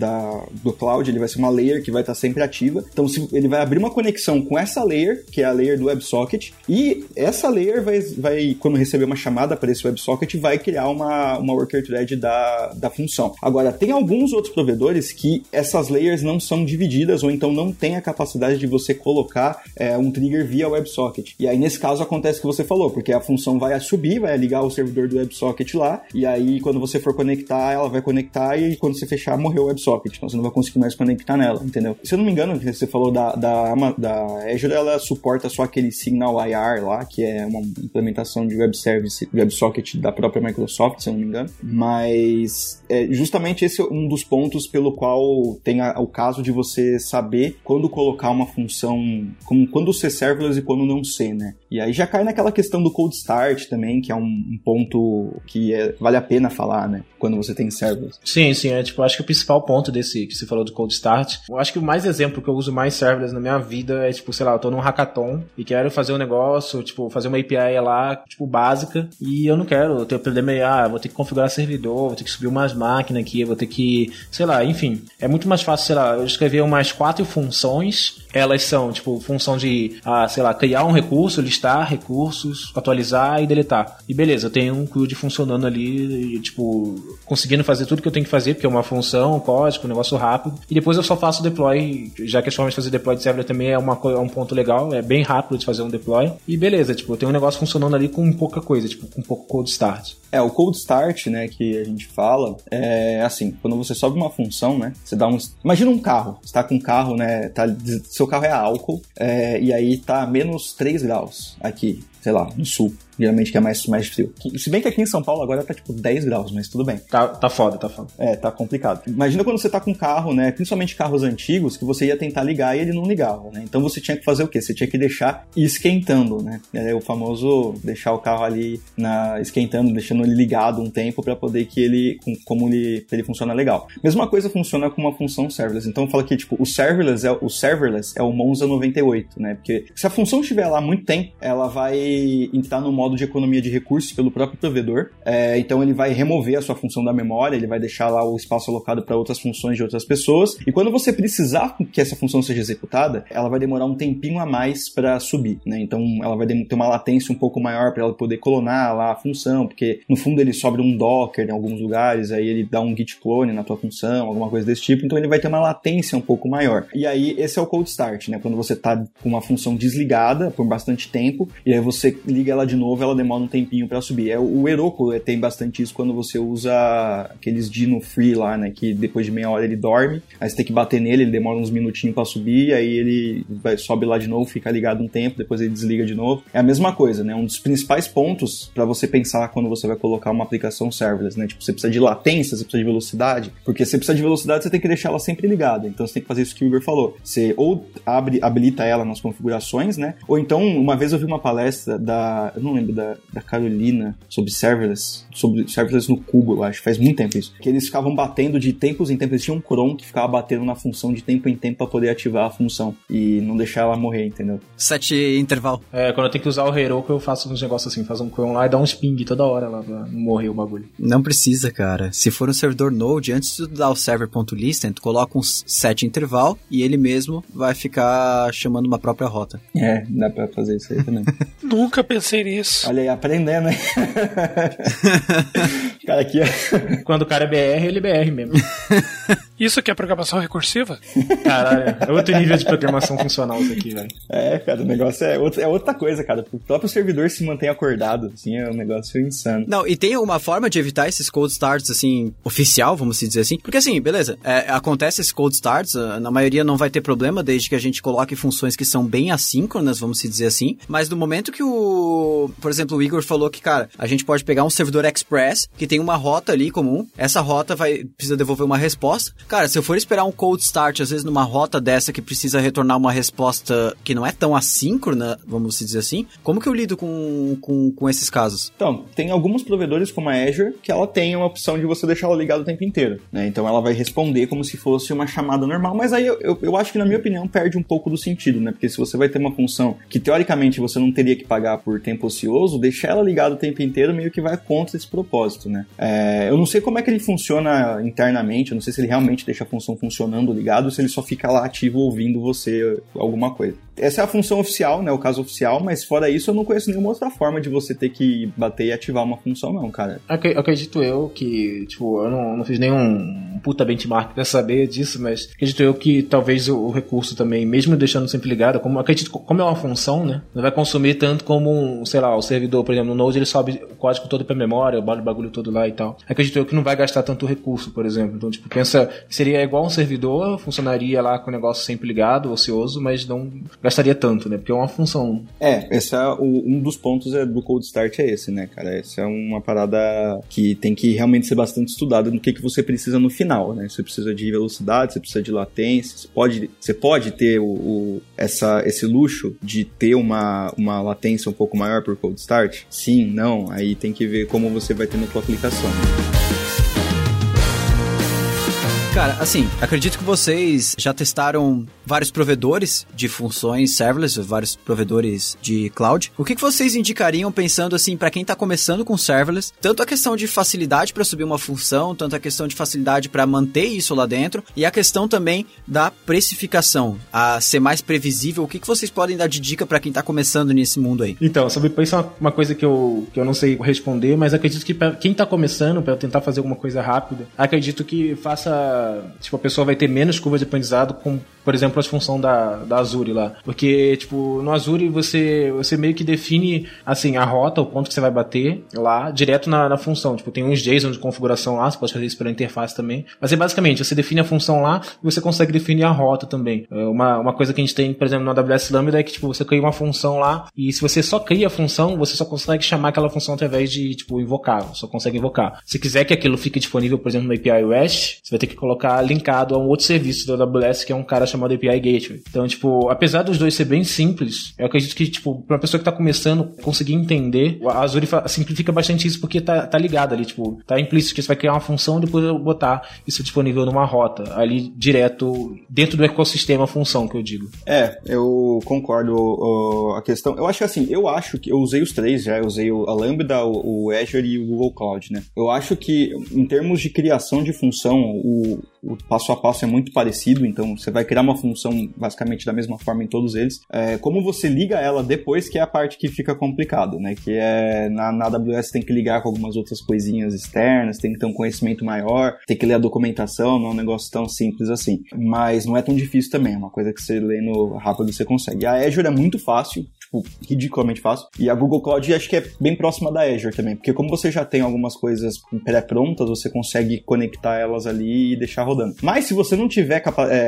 do cloud, ele vai ser uma layer que vai estar sempre ativa. Então, ele vai abrir uma conexão com essa layer, que é a layer do WebSocket, e essa layer vai quando receber uma chamada para esse WebSocket, vai criar uma worker thread da função. Agora, tem alguns outros provedores que essas layers não são divididas, ou então não tem a capacidade de você colocar um trigger via WebSocket. E aí, nesse caso, acontece o que você falou, porque a função vai subir, vai ligar o servidor do WebSocket lá, e aí, quando você for conectar, ela vai conectar, e quando você fechar, morreu o WebSocket. Então, você não vai conseguir mais conectar nela, entendeu? Se eu não me engano, que você falou da Azure, ela suporta só aquele Signal IR lá, que é uma implementação de web service, WebSocket da própria Microsoft, se eu não me engano. Mas, justamente esse é um dos pontos pelo qual tem o caso de você saber quando colocar uma função, como quando ser serverless e quando não ser, né? E aí já cai naquela questão do cold start também, que é um ponto que vale a pena falar, né? Quando você tem serverless. Sim, tipo, acho que o principal ponto desse que você falou do cold start, eu acho que o mais exemplo que eu uso mais serverless na minha vida é, tipo, sei lá, eu tô num hackathon e quero fazer um negócio, tipo, fazer uma API lá, tipo, básica, e eu não quero ter o problema vou ter que configurar servidor, vou ter que subir umas máquinas aqui, vou ter que, sei lá, enfim, é muito mais fácil, sei lá, eu escrever umas 4 funções, elas são, tipo, função de, sei lá, criar um recurso, listar recursos, atualizar e deletar. E beleza, eu tenho um CRUD funcionando ali, e, tipo, conseguindo fazer tudo que eu tenho que fazer, porque é uma função, um código, um negócio rápido. E depois eu só faço deploy, já que as formas de fazer deploy de server também é um ponto legal, é bem rápido de fazer um deploy. E beleza, tipo, eu tenho um negócio funcionando ali com pouca coisa, tipo, com pouco cold start. O cold start, né, que a gente fala, é assim, quando você sobe uma função, né, você dá imagina um carro, você tá com um carro, né, seu carro é a álcool, e aí tá menos 3 graus aqui, sei lá, no sul. Geralmente que é mais frio. Se bem que aqui em São Paulo agora tá tipo 10 graus, mas tudo bem. Tá foda. Tá complicado. Imagina quando você tá com um carro, né, principalmente carros antigos, que você ia tentar ligar e ele não ligava, né? Então você tinha que fazer o quê? Você tinha que deixar esquentando, né? É o famoso deixar o carro ali esquentando, deixando ele ligado um tempo pra poder que ele funcione legal. Mesma coisa funciona com uma função serverless. Então fala que tipo, o serverless é o Monza 98, né? Porque se a função estiver lá há muito tempo, ela vai entrar no modo de economia de recursos pelo próprio provedor, então ele vai remover a sua função da memória, ele vai deixar lá o espaço alocado para outras funções de outras pessoas, e quando você precisar que essa função seja executada, ela vai demorar um tempinho a mais para subir, né? Então ela vai ter uma latência um pouco maior para ela poder clonar lá a função, porque no fundo ele sobe um Docker em alguns lugares, aí ele dá um git clone na tua função, alguma coisa desse tipo, então ele vai ter uma latência um pouco maior. E aí esse é o cold start, né? Quando você tá com uma função desligada por bastante tempo, e aí você liga ela de novo, ela demora um tempinho pra subir. O Heroku tem bastante isso quando você usa aqueles Dino Free lá, né, que depois de meia hora ele dorme, aí você tem que bater nele, ele demora uns minutinhos pra subir, aí ele sobe lá de novo, fica ligado um tempo, depois ele desliga de novo. É a mesma coisa, né, um dos principais pontos pra você pensar quando você vai colocar uma aplicação serverless, né, tipo, você precisa de latência, você precisa de velocidade, porque se você precisa de velocidade, você tem que deixar ela sempre ligada, então você tem que fazer isso que o Igor falou, você ou habilita ela nas configurações, né, ou então, uma vez eu vi uma palestra eu não lembro, da Carolina, sobre serverless no Cubo, eu acho, faz muito tempo isso, que eles ficavam batendo de tempos em tempos, eles tinham um cron que ficava batendo na função de tempo em tempo pra poder ativar a função e não deixar ela morrer, entendeu? 7 intervalo. Quando eu tenho que usar o Heroku, eu faço uns negócios assim, faz um cron lá e dá uns ping toda hora lá pra não morrer o bagulho. Não precisa, cara. Se for um servidor Node, antes de dar o server.listen, tu coloca uns 7 intervalo e ele mesmo vai ficar chamando uma própria rota. Dá pra fazer isso aí também. Nunca pensei nisso. Olha aí, aprendendo, hein? Cara, aqui Quando o cara é BR, ele é BR mesmo. Isso que é programação recursiva? Caralho, é outro nível de programação funcional isso aqui, velho. Cara, o negócio é outra coisa, cara. O próprio servidor se mantém acordado, assim, é um negócio insano. Não, e tem alguma forma de evitar esses cold starts, assim, oficial, vamos dizer assim? Porque, assim, beleza, acontece esses cold starts, na maioria não vai ter problema, desde que a gente coloque funções que são bem assíncronas, vamos dizer assim, mas no momento que por exemplo, o Igor falou que, cara, a gente pode pegar um servidor express, que tem uma rota ali comum, essa rota precisa devolver uma resposta. Cara, se eu for esperar um cold start, às vezes numa rota dessa que precisa retornar uma resposta que não é tão assíncrona, vamos dizer assim, como que eu lido com esses casos? Então, tem alguns provedores como a Azure que ela tem uma opção de você deixar ela ligada o tempo inteiro, né? Então ela vai responder como se fosse uma chamada normal, mas aí eu acho que, na minha opinião, perde um pouco do sentido, né? Porque se você vai ter uma função que teoricamente você não teria que pagar por tempo ocioso, deixar ela ligada o tempo inteiro meio que vai contra esse propósito, né? Eu não sei como é que ele funciona internamente, eu não sei se ele realmente deixa a função funcionando ligado ou se ele só fica lá ativo ouvindo você alguma coisa. Essa é a função oficial, né? O caso oficial, mas fora isso eu não conheço nenhuma outra forma de você ter que bater e ativar uma função, não, cara. Acredito eu que, tipo, eu não fiz nenhum puta benchmark pra saber disso, mas acredito eu que talvez o recurso também, mesmo deixando sempre ligado, como é uma função, né? Não vai consumir tanto como, sei lá, o servidor, por exemplo, no Node ele sobe o código todo pra memória, o bagulho todo lá e tal. Acredito eu que não vai gastar tanto recurso, por exemplo. Então, tipo, pensa, seria igual um servidor, funcionaria lá com o negócio sempre ligado, ocioso, mas não gastaria tanto, né? Porque é uma função. Esse é um dos pontos do cold start é esse, né, cara? Essa é uma parada que tem que realmente ser bastante estudada no que você precisa no final, né? Você precisa de velocidade, você precisa de latência, você pode ter esse luxo de ter uma latência um pouco maior por cold start? Sim, não, aí tem que ver como você vai ter na tua aplicação. Cara, assim, acredito que vocês já testaram vários provedores de funções serverless, vários provedores de cloud. O que vocês indicariam pensando assim, para quem tá começando com serverless, tanto a questão de facilidade para subir uma função, tanto a questão de facilidade para manter isso lá dentro, e a questão também da precificação, a ser mais previsível. O que vocês podem dar de dica para quem tá começando nesse mundo aí? Então, sobre isso é uma coisa que eu não sei responder, mas acredito que pra quem tá começando, para tentar fazer alguma coisa rápida, acredito que tipo, a pessoa vai ter menos curva de aprendizado com, por exemplo, as funções da Azure lá. Porque, tipo, no Azure você meio que define, assim, a rota, o ponto que você vai bater lá, direto na função. Tipo, tem uns JSON de configuração lá, você pode fazer isso pela interface também. Mas basicamente, você define a função lá e você consegue definir a rota também. Uma coisa que a gente tem, por exemplo, no AWS Lambda é que, tipo, você cria uma função lá e se você só cria a função, você só consegue chamar aquela função através de, tipo, invocar. Só consegue invocar. Se quiser que aquilo fique disponível, por exemplo, no API REST, você vai ter que colocar linkado a um outro serviço da AWS, que é um cara chamado API Gateway. Então, tipo, apesar dos dois ser bem simples, eu acredito que, tipo, pra uma pessoa que tá começando conseguir entender, a Azure simplifica bastante isso porque tá ligado ali, tipo, tá implícito que você vai criar uma função e depois botar isso disponível numa rota, ali direto, dentro do ecossistema função, que eu digo. Eu concordo. A questão, eu acho que eu usei os três já, eu usei a Lambda, o Azure e o Google Cloud, né? Eu acho que, em termos de criação de função, o passo a passo é muito parecido, então você vai criar uma função basicamente da mesma forma em todos eles. Como você liga ela depois, que é a parte que fica complicada, né? Que é na AWS tem que ligar com algumas outras coisinhas externas, tem que ter um conhecimento maior, tem que ler a documentação, não é um negócio tão simples assim. Mas não é tão difícil também, é uma coisa que você lendo rápido você consegue. A Azure é muito fácil, tipo, ridiculamente fácil. E a Google Cloud acho que é bem próxima da Azure também, porque como você já tem algumas coisas pré-prontas, você consegue conectar elas ali e deixar rodando. Mas se você não tiver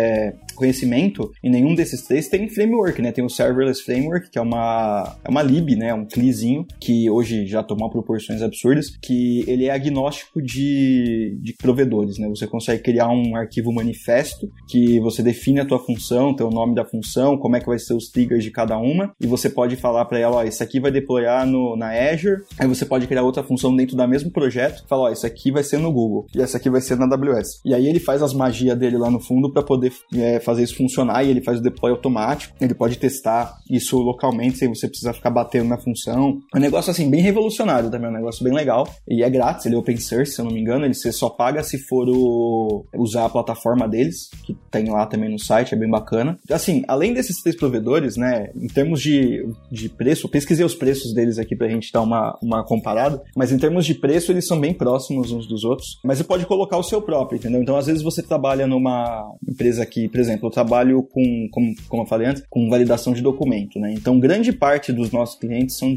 conhecimento em nenhum desses três, tem framework, né? Tem o Serverless Framework, que é uma lib, né? Um CLIzinho, que hoje já tomou proporções absurdas, que ele é agnóstico de provedores, né? Você consegue criar um arquivo manifesto que você define a tua função, tem o nome da função, como é que vai ser os triggers de cada uma, e você pode falar para ela, ó, isso aqui vai deployar na Azure, aí você pode criar outra função dentro do mesmo projeto, fala, ó, isso aqui vai ser no Google, e essa aqui vai ser na AWS. E aí ele faz as magias dele lá no fundo para poder fazer isso funcionar, e ele faz o deploy automático, ele pode testar isso localmente, sem você precisar ficar batendo na função. É um negócio assim, bem revolucionário também, é um negócio bem legal, e é grátis, ele é open source, se eu não me engano, você só paga se for usar a plataforma deles, que tem lá também no site, é bem bacana. Assim, além desses três provedores, né, em termos de preço, eu pesquisei os preços deles aqui pra gente dar uma comparada, mas em termos de preço, eles são bem próximos uns dos outros, mas você pode colocar o seu próprio, entendeu? Então, às vezes você trabalha numa empresa aqui, por exemplo, eu trabalho como eu falei antes, com validação de documento, né? Então, grande parte dos nossos clientes são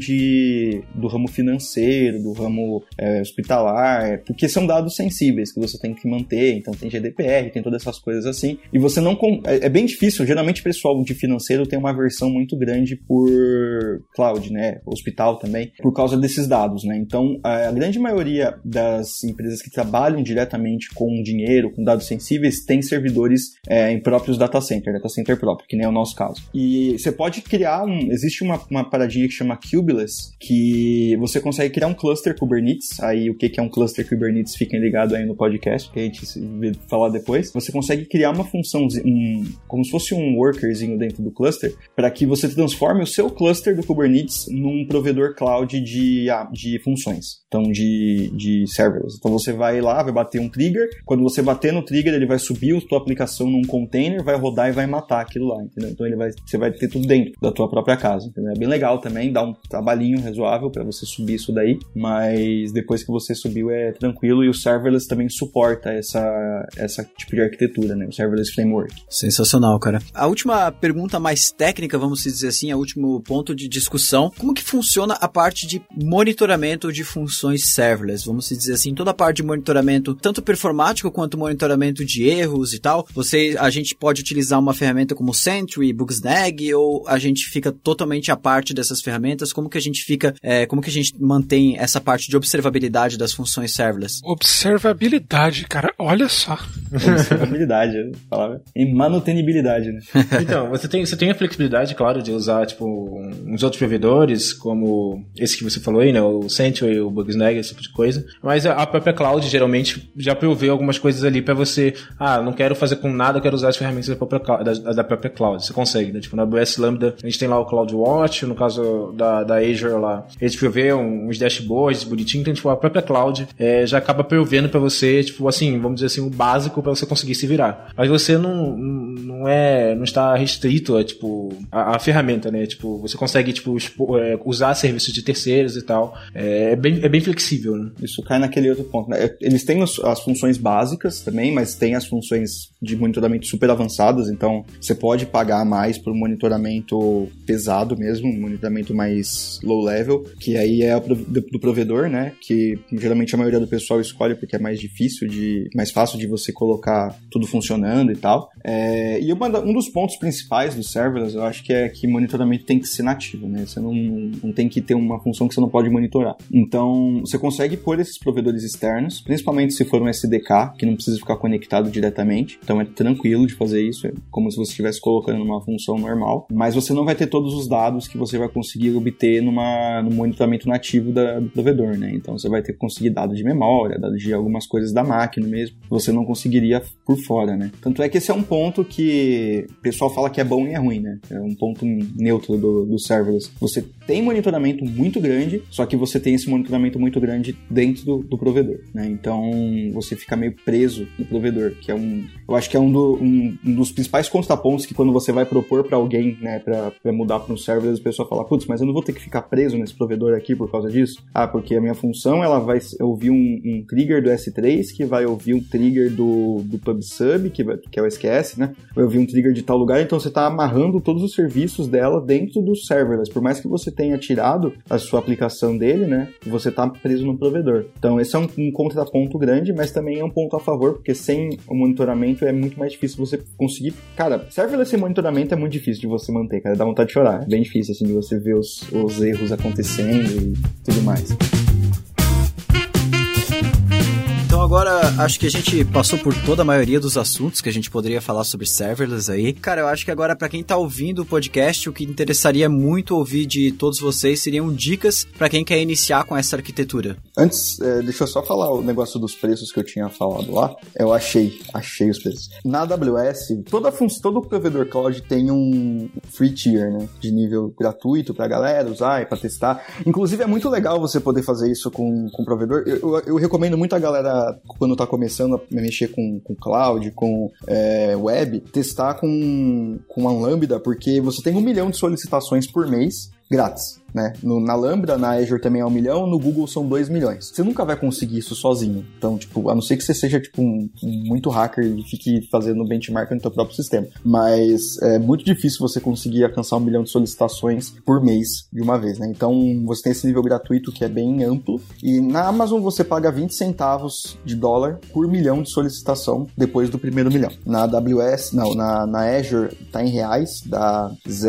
do ramo financeiro, do ramo hospitalar, porque são dados sensíveis que você tem que manter, então tem GDPR, tem todas essas coisas assim, e você não... É bem difícil, geralmente o pessoal de financeiro tem uma versão muito grande por cloud, né? Hospital também, por causa desses dados, né? Então, a grande maioria das empresas que trabalham diretamente com dinheiro, com dados sensíveis, tem servidores em próprios data center próprio, que nem é o nosso caso. E você pode criar existe uma paradinha que chama Kubeless, que você consegue criar um cluster Kubernetes, aí o que é um cluster Kubernetes, fiquem ligados aí no podcast, que a gente vai falar depois. Você consegue criar uma função, como se fosse um workerzinho dentro do cluster, para que você transforme o seu cluster do Kubernetes num provedor cloud de funções, então de serverless. Então você vai lá, vai bater um trigger, quando você bater no trigger, ele vai subir a tua aplicação num container, vai rodar e vai matar aquilo lá, entendeu? Então você vai ter tudo dentro da tua própria casa, entendeu? É bem legal também, dá um trabalhinho razoável para você subir isso daí, mas depois que você subiu é tranquilo, e o serverless também suporta essa tipo de arquitetura, né? O serverless framework. Sensacional, cara. A última pergunta mais técnica, vamos dizer assim, o último ponto de discussão, como que funciona a parte de monitoramento de funções serverless? Vamos dizer assim, toda a parte de monitoramento, tanto performático quanto monitoramento de erros e tal. A gente pode utilizar uma ferramenta como Sentry, Bugsnag, ou a gente fica totalmente à parte dessas ferramentas? Como que a gente mantém essa parte de observabilidade das funções serverless? Observabilidade, cara, olha só. Observabilidade, eu falava. E manutenibilidade, né? Então, você tem a flexibilidade, claro, de usar, tipo, uns outros provedores, como esse que você falou aí, né? O Sentry, o Bugsnag, esse tipo de coisa. Mas a própria cloud, geralmente, já provê algumas coisas ali pra você, não quero fazer com nada, eu quero usar as ferramentas da própria cloud. Você consegue, né? Tipo, na AWS Lambda, a gente tem lá o CloudWatch, no caso da Azure lá, eles provê uns dashboards bonitinhos, então, tipo, a própria cloud já acaba provendo pra você, tipo, assim, vamos dizer assim, o básico pra você conseguir se virar. Mas você não está restrito a ferramenta, né? Tipo, você consegue, tipo, usar serviços de terceiros e tal. É bem flexível, né? Isso cai naquele outro ponto, né? Eles têm as funções básicas também, mas tem as funções de monitoramento super avançadas, então você pode pagar mais por um monitoramento pesado mesmo, um monitoramento mais low level, que aí é do provedor, né? Que geralmente a maioria do pessoal escolhe porque é mais fácil de você colocar tudo funcionando e tal. E um dos pontos principais do serverless, eu acho que é que monitoramento tem que ser nativo, né? Você não tem que ter uma função que você não pode monitorar. Então, você consegue pôr esses provedores externos, principalmente se for um SDK, que não precisa ficar conectado diretamente. Então, é tranquilo de fazer isso, é como se você estivesse colocando numa função normal. Mas você não vai ter todos os dados que você vai conseguir obter no monitoramento nativo do provedor, né? Então, você vai ter que conseguir dados de memória, dados de algumas coisas da máquina mesmo, que você não conseguiria por fora, né? Tanto é que esse é um ponto que o pessoal fala que é bom e é ruim, né? É um ponto neutro do serverless. Você tem monitoramento muito grande, só que você tem esse monitoramento muito grande dentro do provedor, né? Então, você fica meio preso no provedor, que eu acho que é um dos principais contrapontos que quando você vai propor para alguém, né, para mudar para um serverless, a pessoa fala, putz, mas eu não vou ter que ficar preso nesse provedor aqui por causa disso? Porque a minha função, ela vai ouvir um trigger do S3, que vai ouvir um trigger do do PubSub, que é o SQS, né? Eu vi um trigger de tal lugar, então você está amarrando todos os serviços dela dentro do serverless. Por mais que você tenha tirado a sua aplicação dele, né? Você está preso no provedor. Então esse é um contraponto grande, mas também é um ponto a favor, porque sem o monitoramento é muito mais difícil você conseguir... Cara, serverless sem monitoramento é muito difícil de você manter, cara. Dá vontade de chorar. É bem difícil, assim, de você ver os erros acontecendo e tudo mais. Então agora, acho que a gente passou por toda a maioria dos assuntos que a gente poderia falar sobre serverless aí. Cara, eu acho que agora pra quem tá ouvindo o podcast, o que interessaria muito ouvir de todos vocês seriam dicas pra quem quer iniciar com essa arquitetura. Antes, deixa eu só falar o negócio dos preços que eu tinha falado lá. Eu achei os preços. Na AWS, todo provedor cloud tem um free tier, né? De nível gratuito pra galera usar e pra testar. Inclusive, é muito legal você poder fazer isso com o provedor. Eu recomendo muito a galera, quando tá começando a mexer com cloud, com web, testar com uma Lambda, porque você tem 1 milhão de solicitações por mês grátis, né? Na Lambda, na Azure também é 1 milhão, no Google são 2 milhões. Você nunca vai conseguir isso sozinho. Então, tipo, a não ser que você seja, tipo, muito hacker e fique fazendo benchmark no seu próprio sistema. Mas é muito difícil você conseguir alcançar 1 milhão de solicitações por mês de uma vez, né? Então, você tem esse nível gratuito que é bem amplo. E na Amazon você paga 20 centavos de dólar por milhão de solicitação depois do primeiro milhão. Na AWS, não, na Azure tá em reais, dá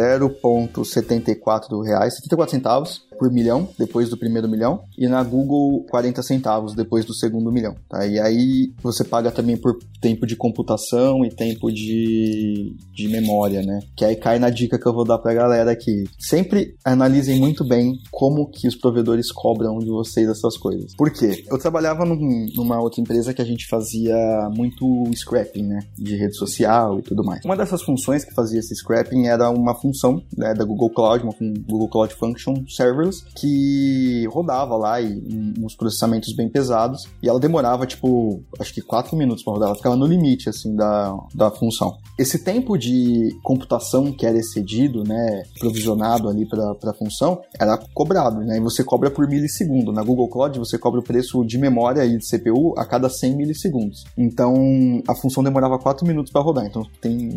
0,74 reais, 74 centavos por milhão, depois do primeiro milhão, e na Google 40 centavos depois do segundo milhão, tá? E aí você paga também por tempo de computação e tempo de memória, né? Que aí cai na dica que eu vou dar pra galera aqui. Sempre analisem muito bem como que os provedores cobram de vocês essas coisas. Por quê? Eu trabalhava numa outra empresa que a gente fazia muito scrapping, né? De rede social e tudo mais. Uma dessas funções que fazia esse scrapping era uma função, né, da Google Cloud, uma Google Cloud Function Server, que rodava lá e uns processamentos bem pesados, e ela demorava, tipo, acho que 4 minutos para rodar, ela ficava no limite, assim, da função. Esse tempo de computação que era excedido, né, provisionado ali para a função, era cobrado, né, e você cobra por milissegundo. Na Google Cloud você cobra o preço de memória e de CPU a cada 100 milissegundos. Então, a função demorava 4 minutos para rodar, então tem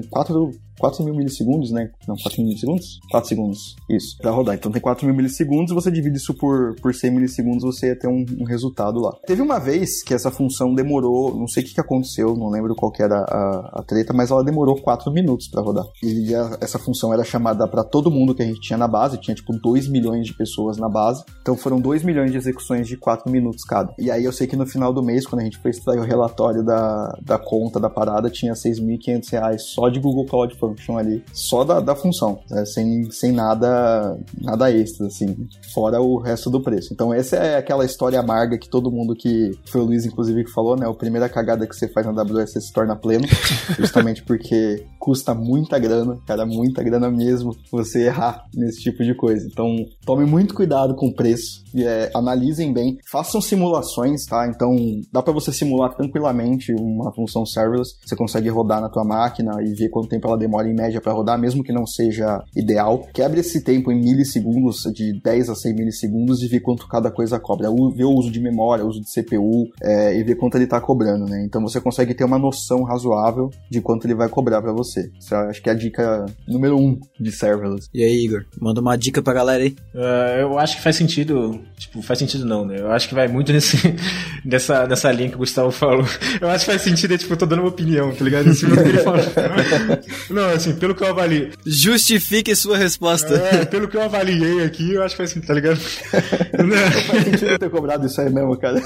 4 mil milissegundos, né? Não, 4 mil milissegundos? 4 segundos, isso, pra rodar. Então tem 4 mil milissegundos, você divide isso por 100 milissegundos, você ia ter um resultado lá. Teve uma vez que essa função demorou, não sei o que aconteceu, não lembro qual que era a treta, mas ela demorou 4 minutos pra rodar. E essa função era chamada pra todo mundo que a gente tinha na base, tinha tipo 2 milhões de pessoas na base, então foram 2 milhões de execuções de 4 minutos cada. E aí eu sei que no final do mês, quando a gente foi extrair o relatório da conta da parada, tinha R$6.500 só de Google Cloud Function ali, só da função, né? sem nada extra, assim, fora o resto do preço. Então essa é aquela história amarga que todo mundo que foi o Luiz, inclusive, que falou, né? A primeira cagada que você faz na AWS você se torna pleno, justamente porque custa muita grana, cara, muita grana mesmo, você errar nesse tipo de coisa. Então tome muito cuidado com o preço, analisem bem, façam simulações, tá? Então dá pra você simular tranquilamente uma função serverless, você consegue rodar na tua máquina e ver quanto tempo ela demora em média para rodar, mesmo que não seja ideal. Quebre esse tempo em milissegundos, de 10 a 100 milissegundos, e ver quanto cada coisa cobra. Ver o uso de memória, o uso de CPU, e ver quanto ele tá cobrando, né? Então você consegue ter uma noção razoável de quanto ele vai cobrar para você. Isso eu acho que é a dica número 1 de serverless. E aí, Igor? Manda uma dica pra galera aí. Eu acho que faz sentido. Tipo, faz sentido não, né? Eu acho que vai muito nessa linha que o Gustavo falou. Eu acho que faz sentido, tipo, eu tô dando uma opinião, tá ligado? Em cima do que ele falou. Não, assim, pelo que eu avaliei. Justifique sua resposta. Pelo que eu avaliei aqui, eu acho que faz sentido, tá ligado? Não faz sentido ter cobrado isso aí mesmo, cara.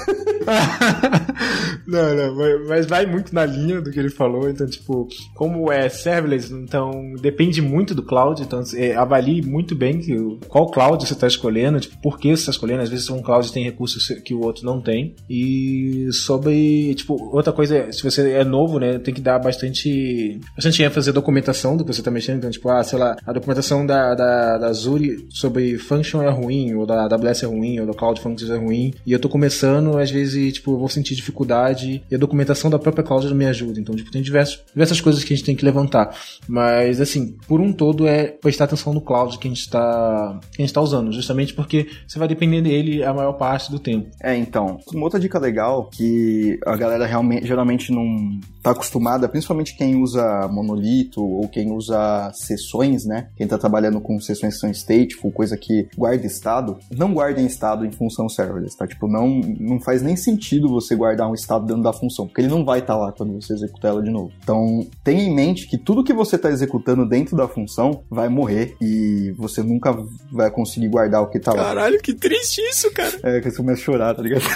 Não, mas vai muito na linha do que ele falou. Então, tipo, como é serverless, então depende muito do cloud. Então, avalie muito bem qual cloud você está escolhendo, tipo, por que você está escolhendo. Às vezes um cloud tem recursos que o outro não tem. E sobre, tipo, outra coisa, se você é novo, né, tem que dar bastante ênfase à documentação do que você está mexendo. Então, tipo, sei lá, a documentação da Azure sobre Function é ruim, ou da AWS é ruim, ou da Cloud Functions é ruim, e eu tô começando, às vezes, tipo, eu vou sentir dificuldade, e a documentação da própria Cloud não me ajuda. Então, tipo, tem diversas coisas que a gente tem que levantar. Mas, assim, por um todo é prestar atenção no Cloud que a gente tá usando, justamente porque você vai depender dele a maior parte do tempo. Então, uma outra dica legal que a galera geralmente não tá acostumada, principalmente quem usa monolito ou quem usa sessões, né? Quem tá trabalhando com sessões que são stateful, coisa que guarda estado, não guardem estado em função serverless, tá? Tipo, não faz nem sentido você guardar um estado dentro da função, porque ele não vai estar lá quando você executar ela de novo. Então, tenha em mente que tudo que você tá executando dentro da função vai morrer e você nunca vai conseguir guardar o que tá lá. Caralho, que triste isso, cara. Que você começa a chorar, tá ligado?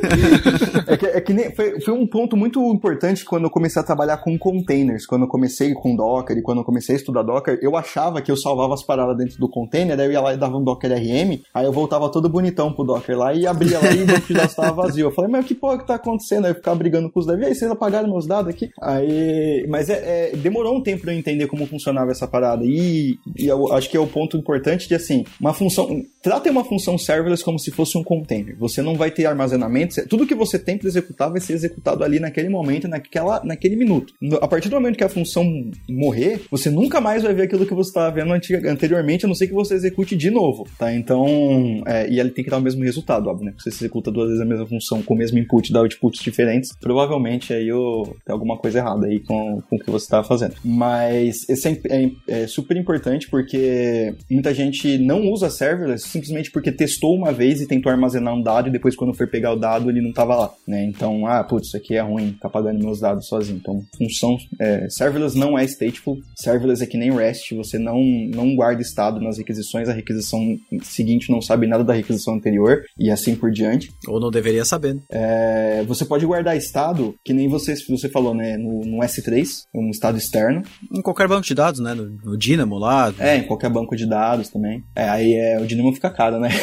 Foi um ponto muito importante quando eu comecei a trabalhar com containers, quando eu comecei com Docker e quando eu comecei a estudar Docker, eu achava que eu salvava as paradas dentro do container, aí eu ia lá e dava um Docker RM, aí eu voltava todo bonitão pro Docker lá e abria lá e o banco de dados estava vazio. Eu falei, mas que porra que tá acontecendo? Aí eu ficava brigando com os devs, e aí vocês apagaram meus dados aqui? Mas demorou um tempo pra eu entender como funcionava essa parada e eu acho que é o ponto importante de, assim, tratem uma função serverless como se fosse um container. Você não vai ter armazenamento, tudo que você tem para executar vai ser executado ali naquele momento, naquele minuto. A partir do momento que a função morrer, você nunca mais vai ver aquilo que você estava vendo anteriormente, a não ser que você execute de novo, tá? Então, e ele tem que dar o mesmo resultado, óbvio, né? Se você executa 2 vezes a mesma função com o mesmo input e dá outputs diferentes, provavelmente aí tem alguma coisa errada aí com o que você estava fazendo. Mas esse é super importante porque muita gente não usa serverless simplesmente porque testou uma vez e tentou armazenar um dado e depois quando for pegar o dado ele não estava lá, né? Então, isso aqui é ruim, ficar pagando meus dados sozinho. Então, serverless não é stateful, serverless é que nem REST, você não guarda estado nas requisições, a requisição seguinte não sabe nada da requisição anterior e assim por diante. Ou não deveria saber, né? Você pode guardar estado, que nem você falou, né, no S3, um estado externo. Em qualquer banco de dados, né? No Dynamo lá. Em qualquer banco de dados também. Aí o Dynamo fica caro, né?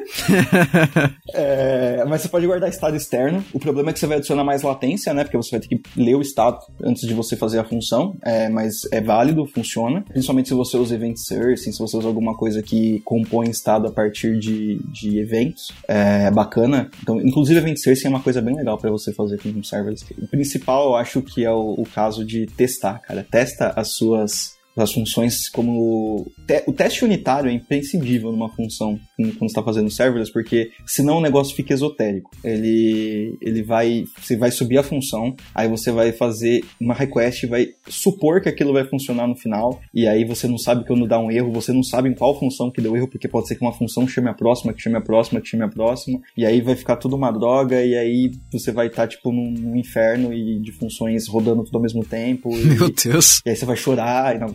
Mas você pode guardar estado externo. O problema é que você vai adicionar mais latência, né? Porque você vai ter que ler o estado antes de você fazer a função. Mas é válido, funciona. Principalmente se você usa event sourcing, se você usa alguma coisa que compõe estado a partir de eventos. É bacana. Então, inclusive, event sourcing é uma coisa bem legal pra você fazer com serverless. O principal, eu acho que é o caso de testar, cara. Testa as funções como... O teste unitário é imprescindível numa função quando você está fazendo serverless, porque senão o negócio fica esotérico. Você vai subir a função, aí você vai fazer uma request, vai supor que aquilo vai funcionar no final, e aí você não sabe quando dá um erro, você não sabe em qual função que deu erro, porque pode ser que uma função chame a próxima, que chame a próxima, que chame a próxima, e aí vai ficar tudo uma droga, e aí você vai estar, tipo, num inferno e de funções rodando tudo ao mesmo tempo. Meu Deus! E aí você vai chorar, e não,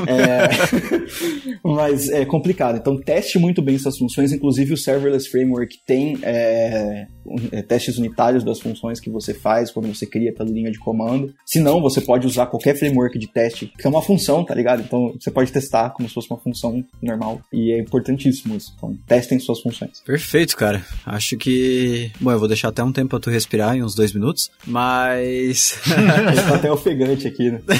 mas é complicado. Então teste muito bem essas funções. Inclusive o Serverless Framework tem testes unitários das funções que você faz quando você cria pela linha de comando. Se não, você pode usar qualquer framework de teste que é uma função, tá ligado? Então você pode testar como se fosse uma função normal e é importantíssimo isso. Então testem suas funções. Perfeito, cara. Acho que... Bom, eu vou deixar até um tempo pra tu respirar, em uns 2 minutos, mas... Ele tá até ofegante aqui, né?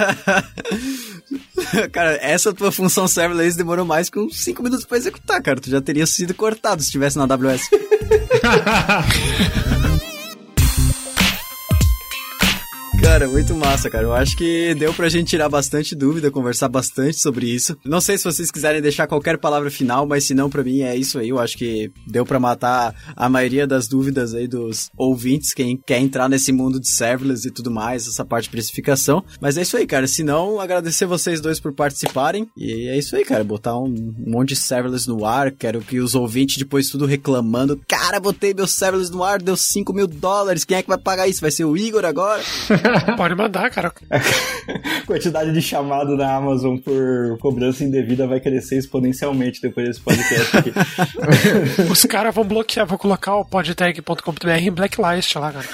Cara, essa tua função serverless demorou mais que uns 5 minutos pra executar, cara. Tu já teria sido cortado se estivesse na AWS. Cara, muito massa, cara. Eu acho que deu pra gente tirar bastante dúvida, conversar bastante sobre isso. Não sei se vocês quiserem deixar qualquer palavra final, mas se não, pra mim é isso aí. Eu acho que deu pra matar a maioria das dúvidas aí dos ouvintes, quem quer entrar nesse mundo de serverless e tudo mais, essa parte de precificação. Mas é isso aí, cara. Se não, agradecer vocês dois por participarem. E é isso aí, cara. Botar um monte de serverless no ar. Quero que os ouvintes depois tudo reclamando. Cara, botei meu serverless no ar, deu $5 mil. Quem é que vai pagar isso? Vai ser o Igor agora? Pode mandar, cara. A quantidade de chamado na Amazon por cobrança indevida vai crescer exponencialmente depois desse podcast aqui. Os caras vão bloquear, vou colocar o podtag.com.br em blacklist lá, cara.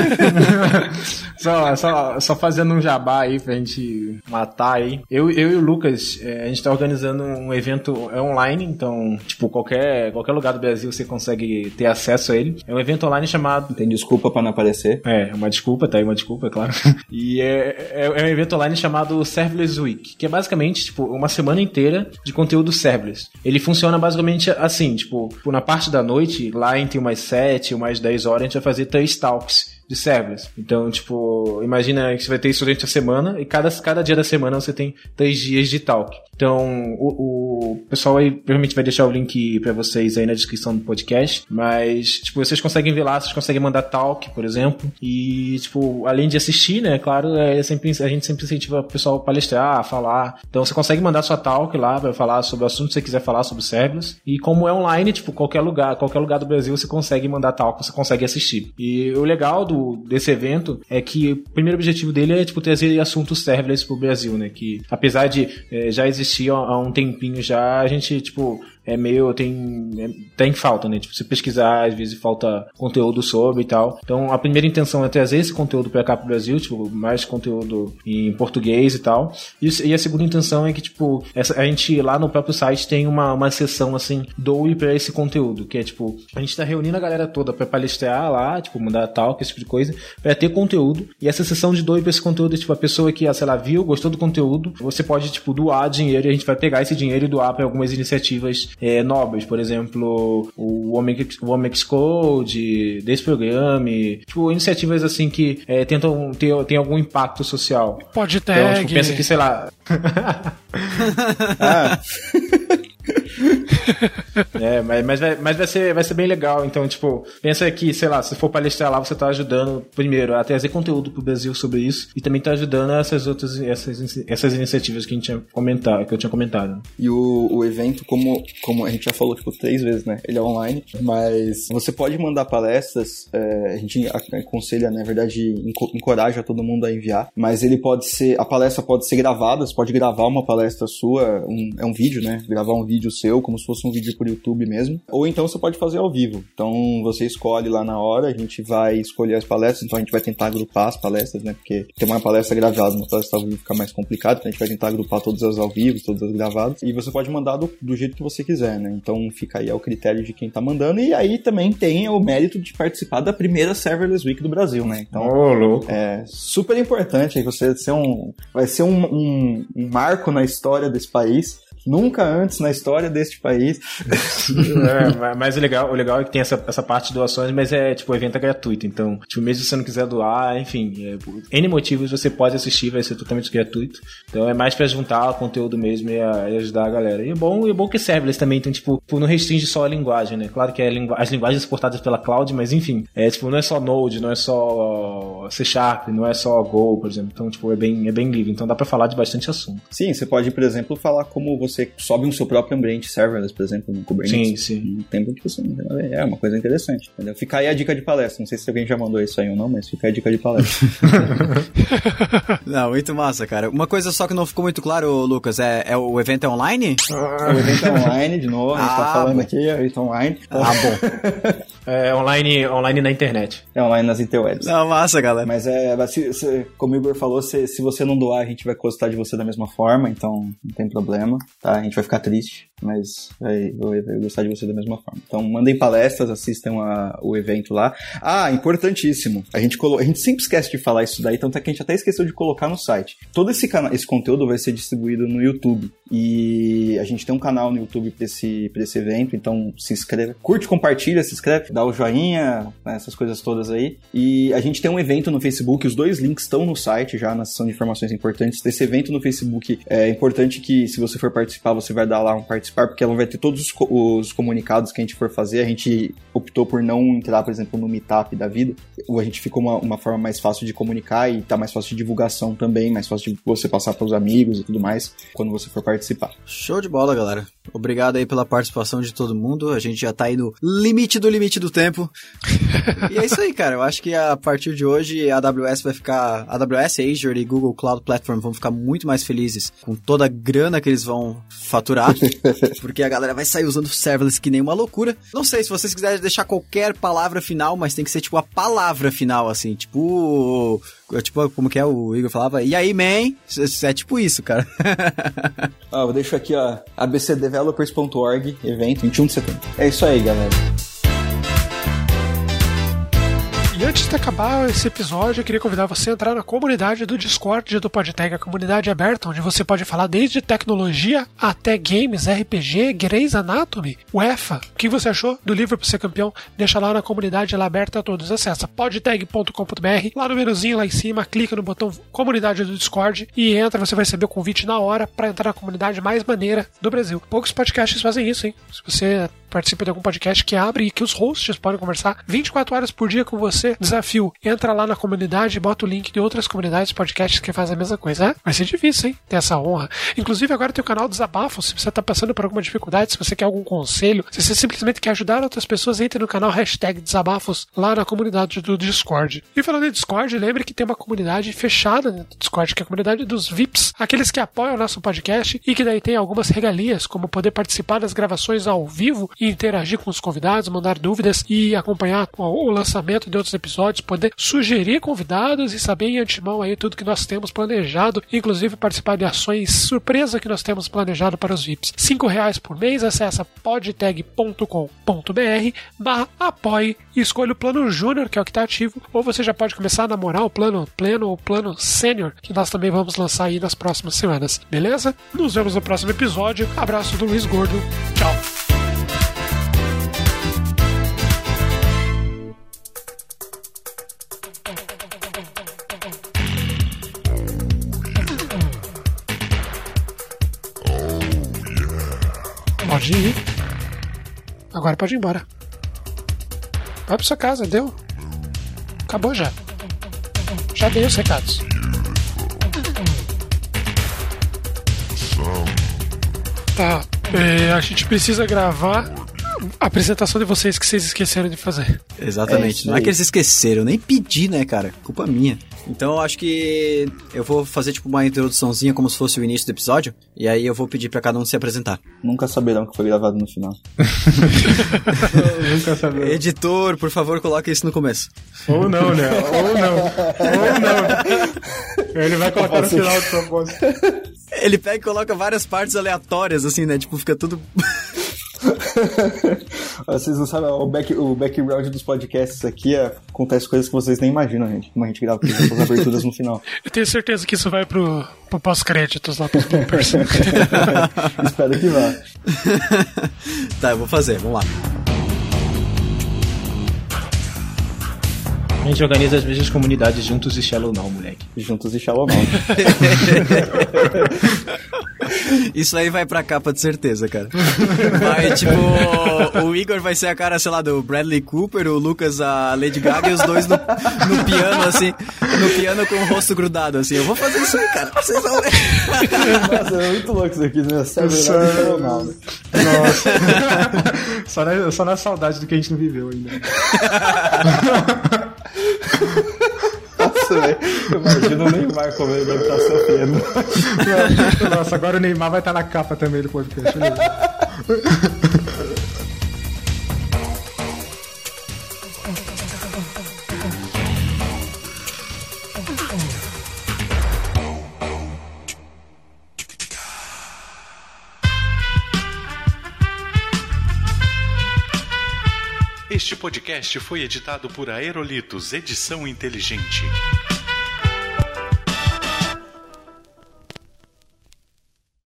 Só fazendo um jabá aí pra gente matar aí. Eu e o Lucas, a gente tá organizando um evento online, então, tipo, qualquer lugar do Brasil você consegue ter acesso a ele. É um evento online chamado... Tem desculpa pra não aparecer. Uma desculpa, tá aí uma desculpa, é claro. E é um evento online chamado Serverless Week, que é basicamente, tipo, uma semana inteira de conteúdo serverless. Ele funciona basicamente assim, tipo, na parte da noite, lá entre umas 7 e umas 10 horas, a gente vai fazer 3 talks de serverless. Então, tipo, imagina que você vai ter isso durante a semana e cada dia da semana você tem 3 dias de talk. Então, o pessoal aí provavelmente vai deixar o link pra vocês aí na descrição do podcast, mas, tipo, vocês conseguem ver lá, vocês conseguem mandar talk, por exemplo, e, tipo, além de assistir, né, claro, a gente sempre incentiva o pessoal a palestrar, a falar. Então, você consegue mandar sua talk lá, vai falar sobre o assunto que você quiser falar sobre serverless, e como é online, tipo, qualquer lugar do Brasil você consegue mandar talk, você consegue assistir. E o legal desse evento é que o primeiro objetivo dele é, tipo, trazer assuntos serverless pro Brasil, né, que apesar de já existir há um tempinho já, a gente, tipo, tem falta, né? Tipo, se pesquisar, às vezes falta conteúdo sobre e tal. Então, a primeira intenção é trazer esse conteúdo pra cá pro Brasil, tipo, mais conteúdo em português e tal. E a segunda intenção é que, tipo, a gente lá no próprio site tem uma seção, assim, doe pra esse conteúdo, que é, tipo, a gente tá reunindo a galera toda pra palestrar lá, tipo, mandar talk, esse tipo de coisa, pra ter conteúdo. E essa seção de doe pra esse conteúdo é, tipo, a pessoa que, sei lá, viu, gostou do conteúdo, você pode, tipo, doar dinheiro e a gente vai pegar esse dinheiro e doar pra algumas iniciativas nobres, por exemplo, o Omex Code, Desprograme, tipo, iniciativas assim que tentam ter algum impacto social. Pode ter. Então, tipo, pensa que, sei lá... mas vai ser bem legal. Então, tipo, pensa que, sei lá, se for palestrar lá, você tá ajudando, primeiro, a trazer conteúdo pro Brasil sobre isso, e também tá ajudando essas iniciativas que eu tinha comentado. E o evento, como a gente já falou, tipo, 3 vezes, né? Ele é online, mas você pode mandar palestras, a gente aconselha, na verdade, encoraja todo mundo a enviar, mas a palestra pode ser gravada, você pode gravar uma palestra sua, é um vídeo, né? Gravar um vídeo seu, como se fosse um vídeo por YouTube mesmo, ou então você pode fazer ao vivo. Então você escolhe lá na hora, a gente vai escolher as palestras, então a gente vai tentar agrupar as palestras, né, porque tem uma palestra gravada, uma palestra ao vivo fica mais complicado, então a gente vai tentar agrupar todas as ao vivo, todas as gravadas, e você pode mandar do jeito que você quiser, né, então fica aí ao critério de quem tá mandando, e aí também tem o mérito de participar da primeira Serverless Week do Brasil, né, então louco. É super importante, aí você vai ser um marco na história desse país. Nunca antes na história deste país. Mas o legal é que tem essa parte de doações, mas tipo, o evento é gratuito. Então, tipo, mesmo se você não quiser doar, enfim, N motivos você pode assistir, vai ser totalmente gratuito. Então é mais pra juntar o conteúdo mesmo e ajudar a galera. E é bom que serverless também, então, tipo, não restringe só a linguagem, né? Claro que as linguagens suportadas pela cloud, mas enfim, tipo, não é só Node, não é só C#, não é só Go, por exemplo. Então, tipo, é bem livre. Então dá pra falar de bastante assunto. Sim, você pode, por exemplo, falar como você sobe um seu próprio ambiente serverless, por exemplo, no Kubernetes. Sim. Tem muito isso. É uma coisa interessante, entendeu? Fica aí a dica de palestra. Não sei se alguém já mandou isso aí ou não, mas fica aí a dica de palestra. Não, muito massa, cara. Uma coisa só que não ficou muito claro, Lucas, o evento é online? O evento é online, de novo, a gente tá falando aqui, o evento é online. Bom. É online na internet. É online nas interwebs. Não, massa, galera. Mas como o Igor falou, se você não doar, a gente vai gostar de você da mesma forma, então não tem problema, tá? A gente vai ficar triste, mas vai gostar de você da mesma forma. Então mandem palestras, assistam o evento lá. Importantíssimo. A gente sempre esquece de falar isso daí, tanto é que a gente até esqueceu de colocar no site. Todo esse conteúdo vai ser distribuído no YouTube. E a gente tem um canal no YouTube pra esse evento, então se inscreve, curte, compartilha, se inscreve, dá o joinha, né, essas coisas todas aí. E a gente tem um evento no Facebook, os 2 links estão no site já, na seção de informações importantes. Desse evento no Facebook, é importante que, se você for participar, você vai dar lá um participar, porque ela vai ter todos os comunicados que a gente for fazer. A gente optou por não entrar, por exemplo, no Meetup da vida, ou a gente ficou uma forma mais fácil de comunicar e tá mais fácil de divulgação também, mais fácil de você passar para os amigos e tudo mais, quando você for participar. Show de bola, galera. Obrigado aí pela participação de todo mundo. A gente já tá aí no limite do tempo. E é isso aí, cara. Eu acho que a partir de hoje a AWS vai ficar... AWS, Azure e Google Cloud Platform vão ficar muito mais felizes com toda a grana que eles vão faturar, porque a galera vai sair usando serverless que nem uma loucura. Não sei se vocês quiserem deixar qualquer palavra final, mas tem que ser tipo a palavra final, assim, tipo como que é, o Igor falava, e aí, man? É tipo isso, cara. Eu deixo aqui, ó, abcdevelopers.org, evento 21 de setembro. É isso aí, galera. E antes de acabar esse episódio, eu queria convidar você a entrar na comunidade do Discord do PodTag, a comunidade aberta, onde você pode falar desde tecnologia até games, RPG, Grey's Anatomy, UEFA. O que você achou do livro para ser campeão? Deixa lá na comunidade, ela é aberta a todos. Acessa podtag.com.br, lá no menuzinho lá em cima, clica no botão comunidade do Discord e entra, você vai receber o convite na hora para entrar na comunidade mais maneira do Brasil. Poucos podcasts fazem isso, hein? Se você participa de algum podcast que abre e que os hosts podem conversar 24 horas por dia com você, desafio, entra lá na comunidade e bota o link de outras comunidades de podcasts que fazem a mesma coisa. Vai ser difícil, hein? Ter essa honra. Inclusive agora tem o canal Desabafo, se você tá passando por alguma dificuldade, se você quer algum conselho, se você simplesmente quer ajudar outras pessoas, entre no canal #Desabafos lá na comunidade do Discord. E falando em Discord, lembre que tem uma comunidade fechada no Discord, que é a comunidade dos VIPs, aqueles que apoiam o nosso podcast e que daí tem algumas regalias, como poder participar das gravações ao vivo e interagir com os convidados, mandar dúvidas e acompanhar o lançamento de outros episódios, poder sugerir convidados e saber em antemão aí tudo que nós temos planejado, inclusive participar de ações surpresa que nós temos planejado para os VIPs. R$5 por mês, acessa podtag.com.br/apoie e escolha o plano Júnior, que é o que está ativo, ou você já pode começar a namorar o plano pleno ou plano Sênior, que nós também vamos lançar aí nas próximas semanas, beleza? Nos vemos no próximo episódio. Abraço do Luiz Gordo. Tchau. Pode ir. Agora pode ir embora. Vai pra sua casa, deu? Acabou já. Já dei os recados. Tá, a gente precisa gravar a apresentação de vocês que vocês esqueceram de fazer. Exatamente, não é que eles esqueceram, eu nem pedi, né, cara? Culpa minha. Então eu acho que eu vou fazer tipo uma introduçãozinha como se fosse o início do episódio, e aí eu vou pedir pra cada um se apresentar. Nunca saberão que foi gravado no final. Nunca saberão. Editor, por favor, coloque isso no começo. Ou não, né? Ou não. Ele vai colocar no final do propósito. Ele pega e coloca várias partes aleatórias, assim, né? Tipo, fica tudo... Vocês não sabem, o background dos podcasts aqui acontece coisas que vocês nem imaginam, gente. Como a gente grava as aberturas no final. Eu tenho certeza que isso vai pro pós-créditos lá pros bloopers. Espero que vá. Tá, eu vou fazer, vamos lá. A gente organiza as mesmas comunidades juntos e Shallow Now, moleque. Juntos e Shallow Now. Isso aí vai pra capa de certeza, cara. Vai, tipo, o Igor vai ser a cara, sei lá, do Bradley Cooper, o Lucas a Lady Gaga e os dois no piano, assim, no piano com o rosto grudado, assim. Eu vou fazer isso aí, cara. Vocês vão ver. Nossa, é muito louco isso aqui, né? Shallow Now. Nossa. Só na saudade do que a gente não viveu ainda. Nossa, velho. Imagina o Neymar como ele deve estar sofrendo. Nossa, agora o Neymar vai estar na capa também do podcast. Este podcast foi editado por Aerolitos Edição Inteligente.